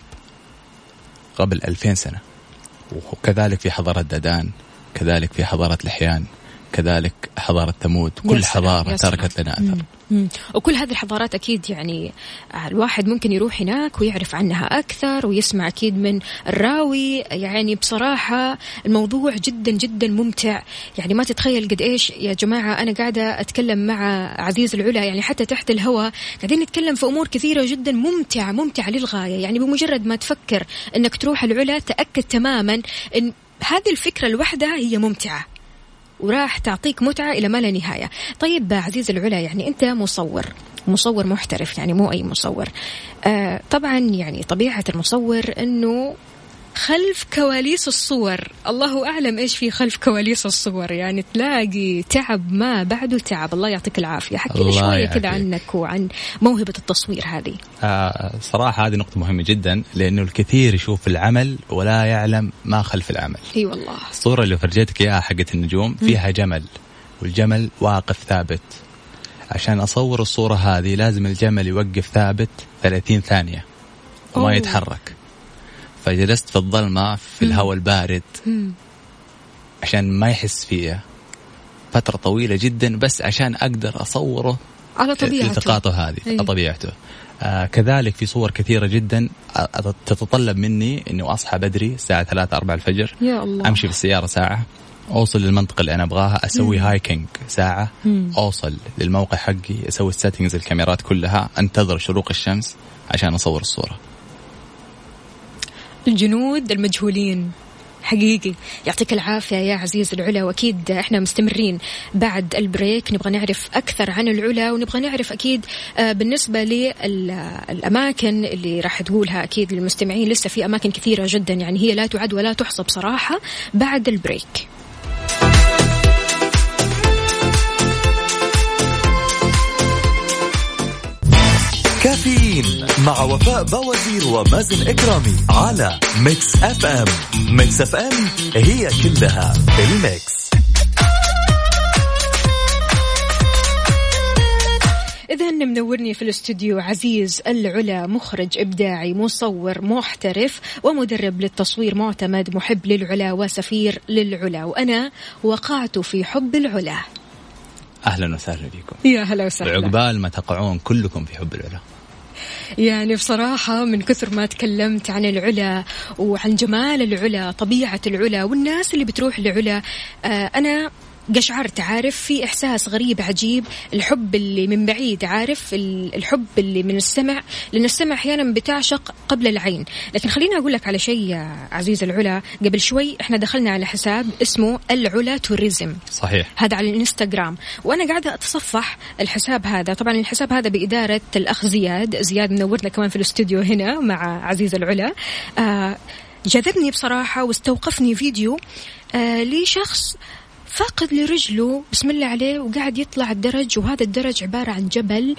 قبل ألفين سنة. وكذلك في حضارة دادان، كذلك في حضارة لحيان، كذلك حضارة ثمود. كل حضارة تركت لنا أثر. مم. وكل هذه الحضارات أكيد يعني الواحد ممكن يروح هناك ويعرف عنها أكثر ويسمع أكيد من الراوي. يعني بصراحة الموضوع جدا جدا ممتع. يعني ما تتخيل قد إيش يا جماعة أنا قاعدة أتكلم مع عزيز العلا، يعني حتى تحت الهواء قاعدين نتكلم في أمور كثيرة جدا ممتعة ممتعة للغاية. يعني بمجرد ما تفكر أنك تروح العلا تأكد تماما أن هذه الفكرة لوحدها هي ممتعة وراح تعطيك متعة إلى ما لا نهاية. طيب عزيز العلا، يعني أنت مصور مصور محترف، يعني مو أي مصور. آه طبعا يعني طبيعة المصور أنه خلف كواليس الصور، الله أعلم إيش في خلف كواليس الصور. يعني تلاقي تعب ما بعده تعب. الله يعطيك العافية. حكي لي شوية كذا عنك وعن موهبة التصوير هذه. آه صراحة هذه نقطة مهمة جدا، لأنه الكثير يشوف العمل ولا يعلم ما خلف العمل. اي والله. الصورة اللي فرجيتك إياها حقت النجوم فيها جمل، والجمل واقف ثابت. عشان أصور الصورة هذه لازم الجمل يوقف ثابت ثلاثين ثانية وما أوه. يتحرك. فجلست في الظلمة في الهواء البارد عشان ما يحس فيها فترة طويلة جدا، بس عشان أقدر أصوره على طبيعته التقاطه هذه أيه. على طبيعته. آه كذلك في صور كثيرة جدا تتطلب مني إنه أصحى بدري الساعة ثلاثة أربعة الفجر، يا الله. أمشي بالسيارة ساعة، أوصل للمنطقة اللي أنا أبغاها، أسوي مم. هايكينج ساعة، مم. أوصل للموقع حقي، أسوي السيتنجز الكاميرات كلها، أنتظر شروق الشمس عشان أصور الصورة. الجنود المجهولين حقيقي. يعطيك العافية يا عزيز العلا، وأكيد إحنا مستمرين بعد البريك، نبغى نعرف أكثر عن العلا، ونبغى نعرف أكيد بالنسبة للأماكن اللي راح تقولها أكيد للمستمعين. لسه في أماكن كثيرة جدا يعني هي لا تعد ولا تحصى بصراحة بعد البريك. كافيين مع وفاء بوازير ومازن إكرامي على ميكس اف ام. ميكس اف ام هي كلها بالميكس. إذن منورني في الاستوديو عزيز العلا، مخرج إبداعي، مصور محترف ومدرب للتصوير معتمد، محب للعلا وسفير للعلا، وأنا وقعت في حب العلا. أهلا وسهلا بكم. يا هلا وسهلا. عقبال ما تقعون كلكم في حب العلا. يعني بصراحة من كثر ما تكلمت عن العلا وعن جمال العلا، طبيعة العلا والناس اللي بتروح لعلا، آه أنا قشعرت، عارف في إحساس غريب عجيب، الحب اللي من بعيد، عارف الحب اللي من السمع، لأن السمع أحيانا بتعشق قبل العين. لكن خليني أقول لك على شيء يا عزيز العلا، قبل شوي إحنا دخلنا على حساب اسمه العلا توريزم، صحيح، هذا على الانستغرام، وأنا قاعدة أتصفح الحساب هذا. طبعا الحساب هذا بإدارة الأخ زياد زياد منورنا كمان في الاستوديو هنا مع عزيز العلا. آه جذبني بصراحة واستوقفني فيديو آه لشخص فاقد لرجله، بسم الله عليه، وقاعد يطلع الدرج، وهذا الدرج عبارة عن جبل،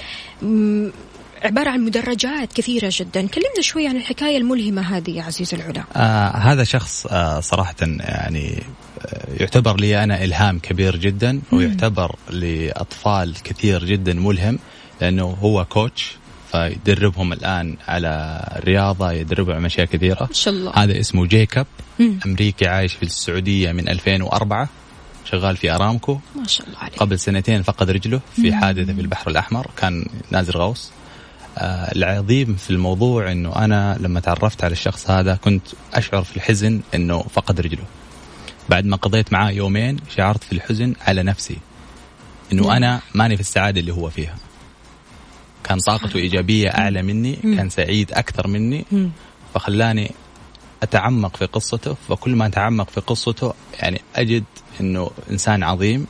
عبارة عن مدرجات كثيرة جدا. كلمنا شوي عن الحكاية الملهمة هذه يا عزيز العلا. آه هذا شخص آه صراحة يعني آه يعتبر لي أنا إلهام كبير جدا، ويعتبر لأطفال كثير جدا ملهم، لأنه هو كوتش، فيدربهم الآن على الرياضة، يدربهم على أشياء كثيرة إن شاء الله. هذا اسمه جيكوب، أمريكي عايش في السعودية من ألفين وأربعة، شغال في أرامكو ما شاء الله عليه. قبل سنتين فقد رجله في حادثة في البحر الأحمر، كان نازل غوص. آه العظيم في الموضوع أنه أنا لما تعرفت على الشخص هذا كنت أشعر في الحزن أنه فقد رجله. بعد ما قضيت معاه يومين شعرت في الحزن على نفسي أنه مم. أنا ماني في السعادة اللي هو فيها. كان طاقته إيجابية أعلى مني، مم. كان سعيد أكثر مني، مم. فخلاني أتعمق في قصته. فكل ما أتعمق في قصته يعني أجد إنه إنسان عظيم.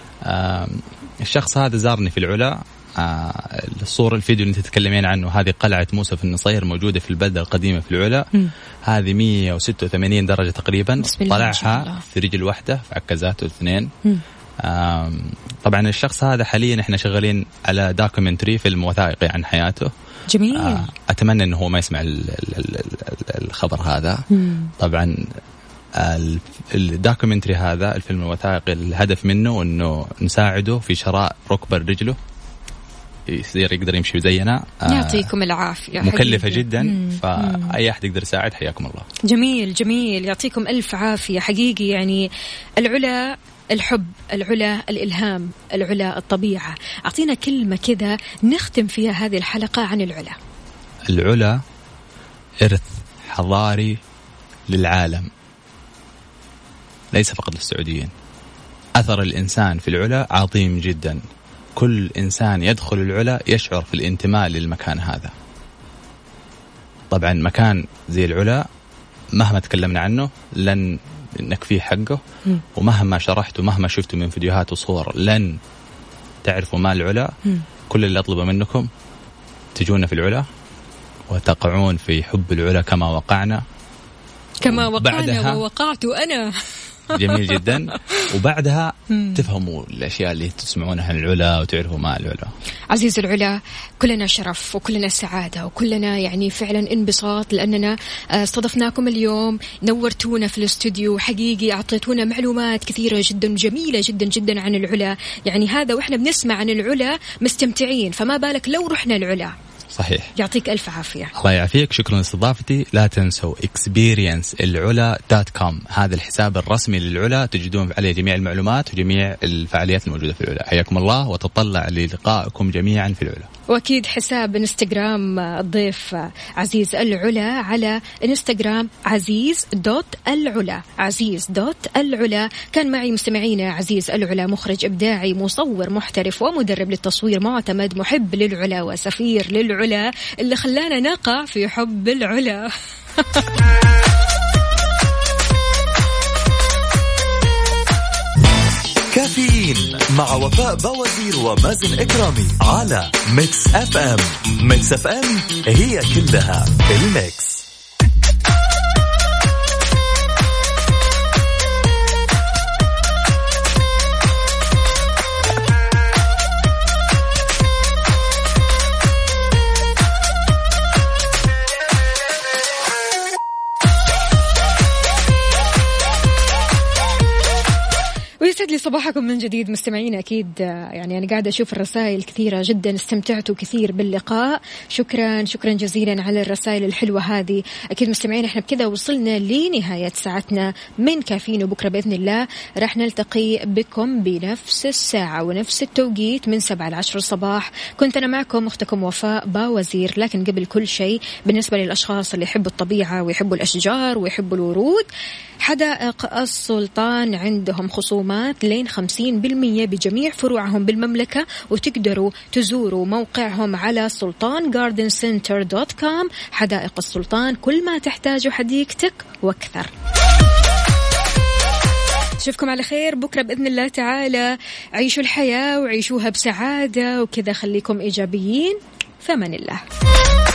الشخص هذا زارني في العلا. آه الصورة الفيديو اللي أنت تتكلمين عنه، هذه قلعة موسى في النصير، موجودة في البلدة القديمة في العلا. م. هذه مية وستة وثمانين درجة تقريبا، طلعها في رجل واحدة، في عكازاته اثنين. آه طبعا الشخص هذا حاليا احنا شغالين على دوكيومنتري، فيلم وثائقي عن حياته. جميل. آه أتمنى إنه هو ما يسمع الخبر هذا. م. طبعا الدوكيومنتري هذا، الفيلم الوثائقي، الهدف منه انه نساعده في شراء ركبة رجله يصير يقدر يمشي زينا. يعطيكم العافية. مكلفة حقيقي. جدا. مم. فأي أحد يقدر يساعد حياكم الله. جميل جميل، يعطيكم ألف عافية حقيقي. يعني العلا الحب، العلا الإلهام، العلا الطبيعة. أعطينا كلمة كذا نختم فيها هذه الحلقة عن العلا. العلا إرث حضاري للعالم، ليس فقط للسعوديين. أثر الإنسان في العلا عظيم جدا. كل إنسان يدخل العلا يشعر في الانتماء للمكان هذا. طبعا مكان زي العلا مهما تكلمنا عنه لن نكفيه حقه، م. ومهما شرحته مهما شفته من فيديوهات وصور لن تعرفوا ما العلا. م. كل اللي أطلبه منكم تجونا في العلا وتقعون في حب العلا كما وقعنا كما وقعنا ووقعت أنا. جميل جدا. وبعدها تفهموا الأشياء اللي تسمعونها عن العلا وتعرفوا ما العلا. عزيز العلا، كلنا شرف وكلنا سعادة وكلنا يعني فعلا انبساط، لأننا استضفناكم اليوم، نورتونا في الاستوديو، حقيقي أعطيتونا معلومات كثيرة جدا جميلة جدا جدا عن العلا. يعني هذا وإحنا بنسمع عن العلا مستمتعين، فما بالك لو رحنا العلا. صحيح. يعطيك ألف عافية. الله يعافيك، شكرا لاستضافتي. لا تنسوا إكسبيرينس العلا دوت كوم، هذا الحساب الرسمي للعلا، تجدون عليه جميع المعلومات وجميع الفعاليات الموجودة في العلا. حياكم الله وتطلع للقائكم جميعا في العلا. وأكيد حساب انستغرام الضيف عزيز العلا على انستغرام عزيز دوت العلا، عزيز دوت العلا. كان معي مستمعينا عزيز العلا، مخرج إبداعي، مصور محترف ومدرب للتصوير معتمد، محب للعلا وسفير للعلا، اللي خلانا نقع في حب العلا. كافيين مع وفاء بوازير ومازن إكرامي على ميكس اف ام. ميكس اف ام هي كلها الميكس. يسعد لي صباحكم من جديد مستمعين. أكيد يعني أنا قاعدة أشوف الرسائل كثيرة جدا، استمتعتوا كثير باللقاء. شكرا شكرا جزيلا على الرسائل الحلوة هذه. أكيد مستمعين إحنا بكذا وصلنا لنهاية ساعتنا من كافيين، وبكرة بإذن الله راح نلتقي بكم بنفس الساعة ونفس التوقيت من سبعة لعشر الصباح. كنت أنا معكم أختكم وفاء باوزير. لكن قبل كل شيء، بالنسبة للأشخاص اللي يحبوا الطبيعة ويحبوا الأشجار ويحبوا الورود، حدائق السلطان عندهم خصومات لين خمسين بالمية بجميع فروعهم بالمملكة، وتقدروا تزوروا موقعهم على سلطان جاردن سنتر دوت كوم. حدائق السلطان، كل ما تحتاجه حديقتك وأكثر. أشوفكم على خير بكرة بإذن الله تعالى. عيشوا الحياة وعيشوها بسعادة وكذا، خليكم إيجابيين. فمن الله.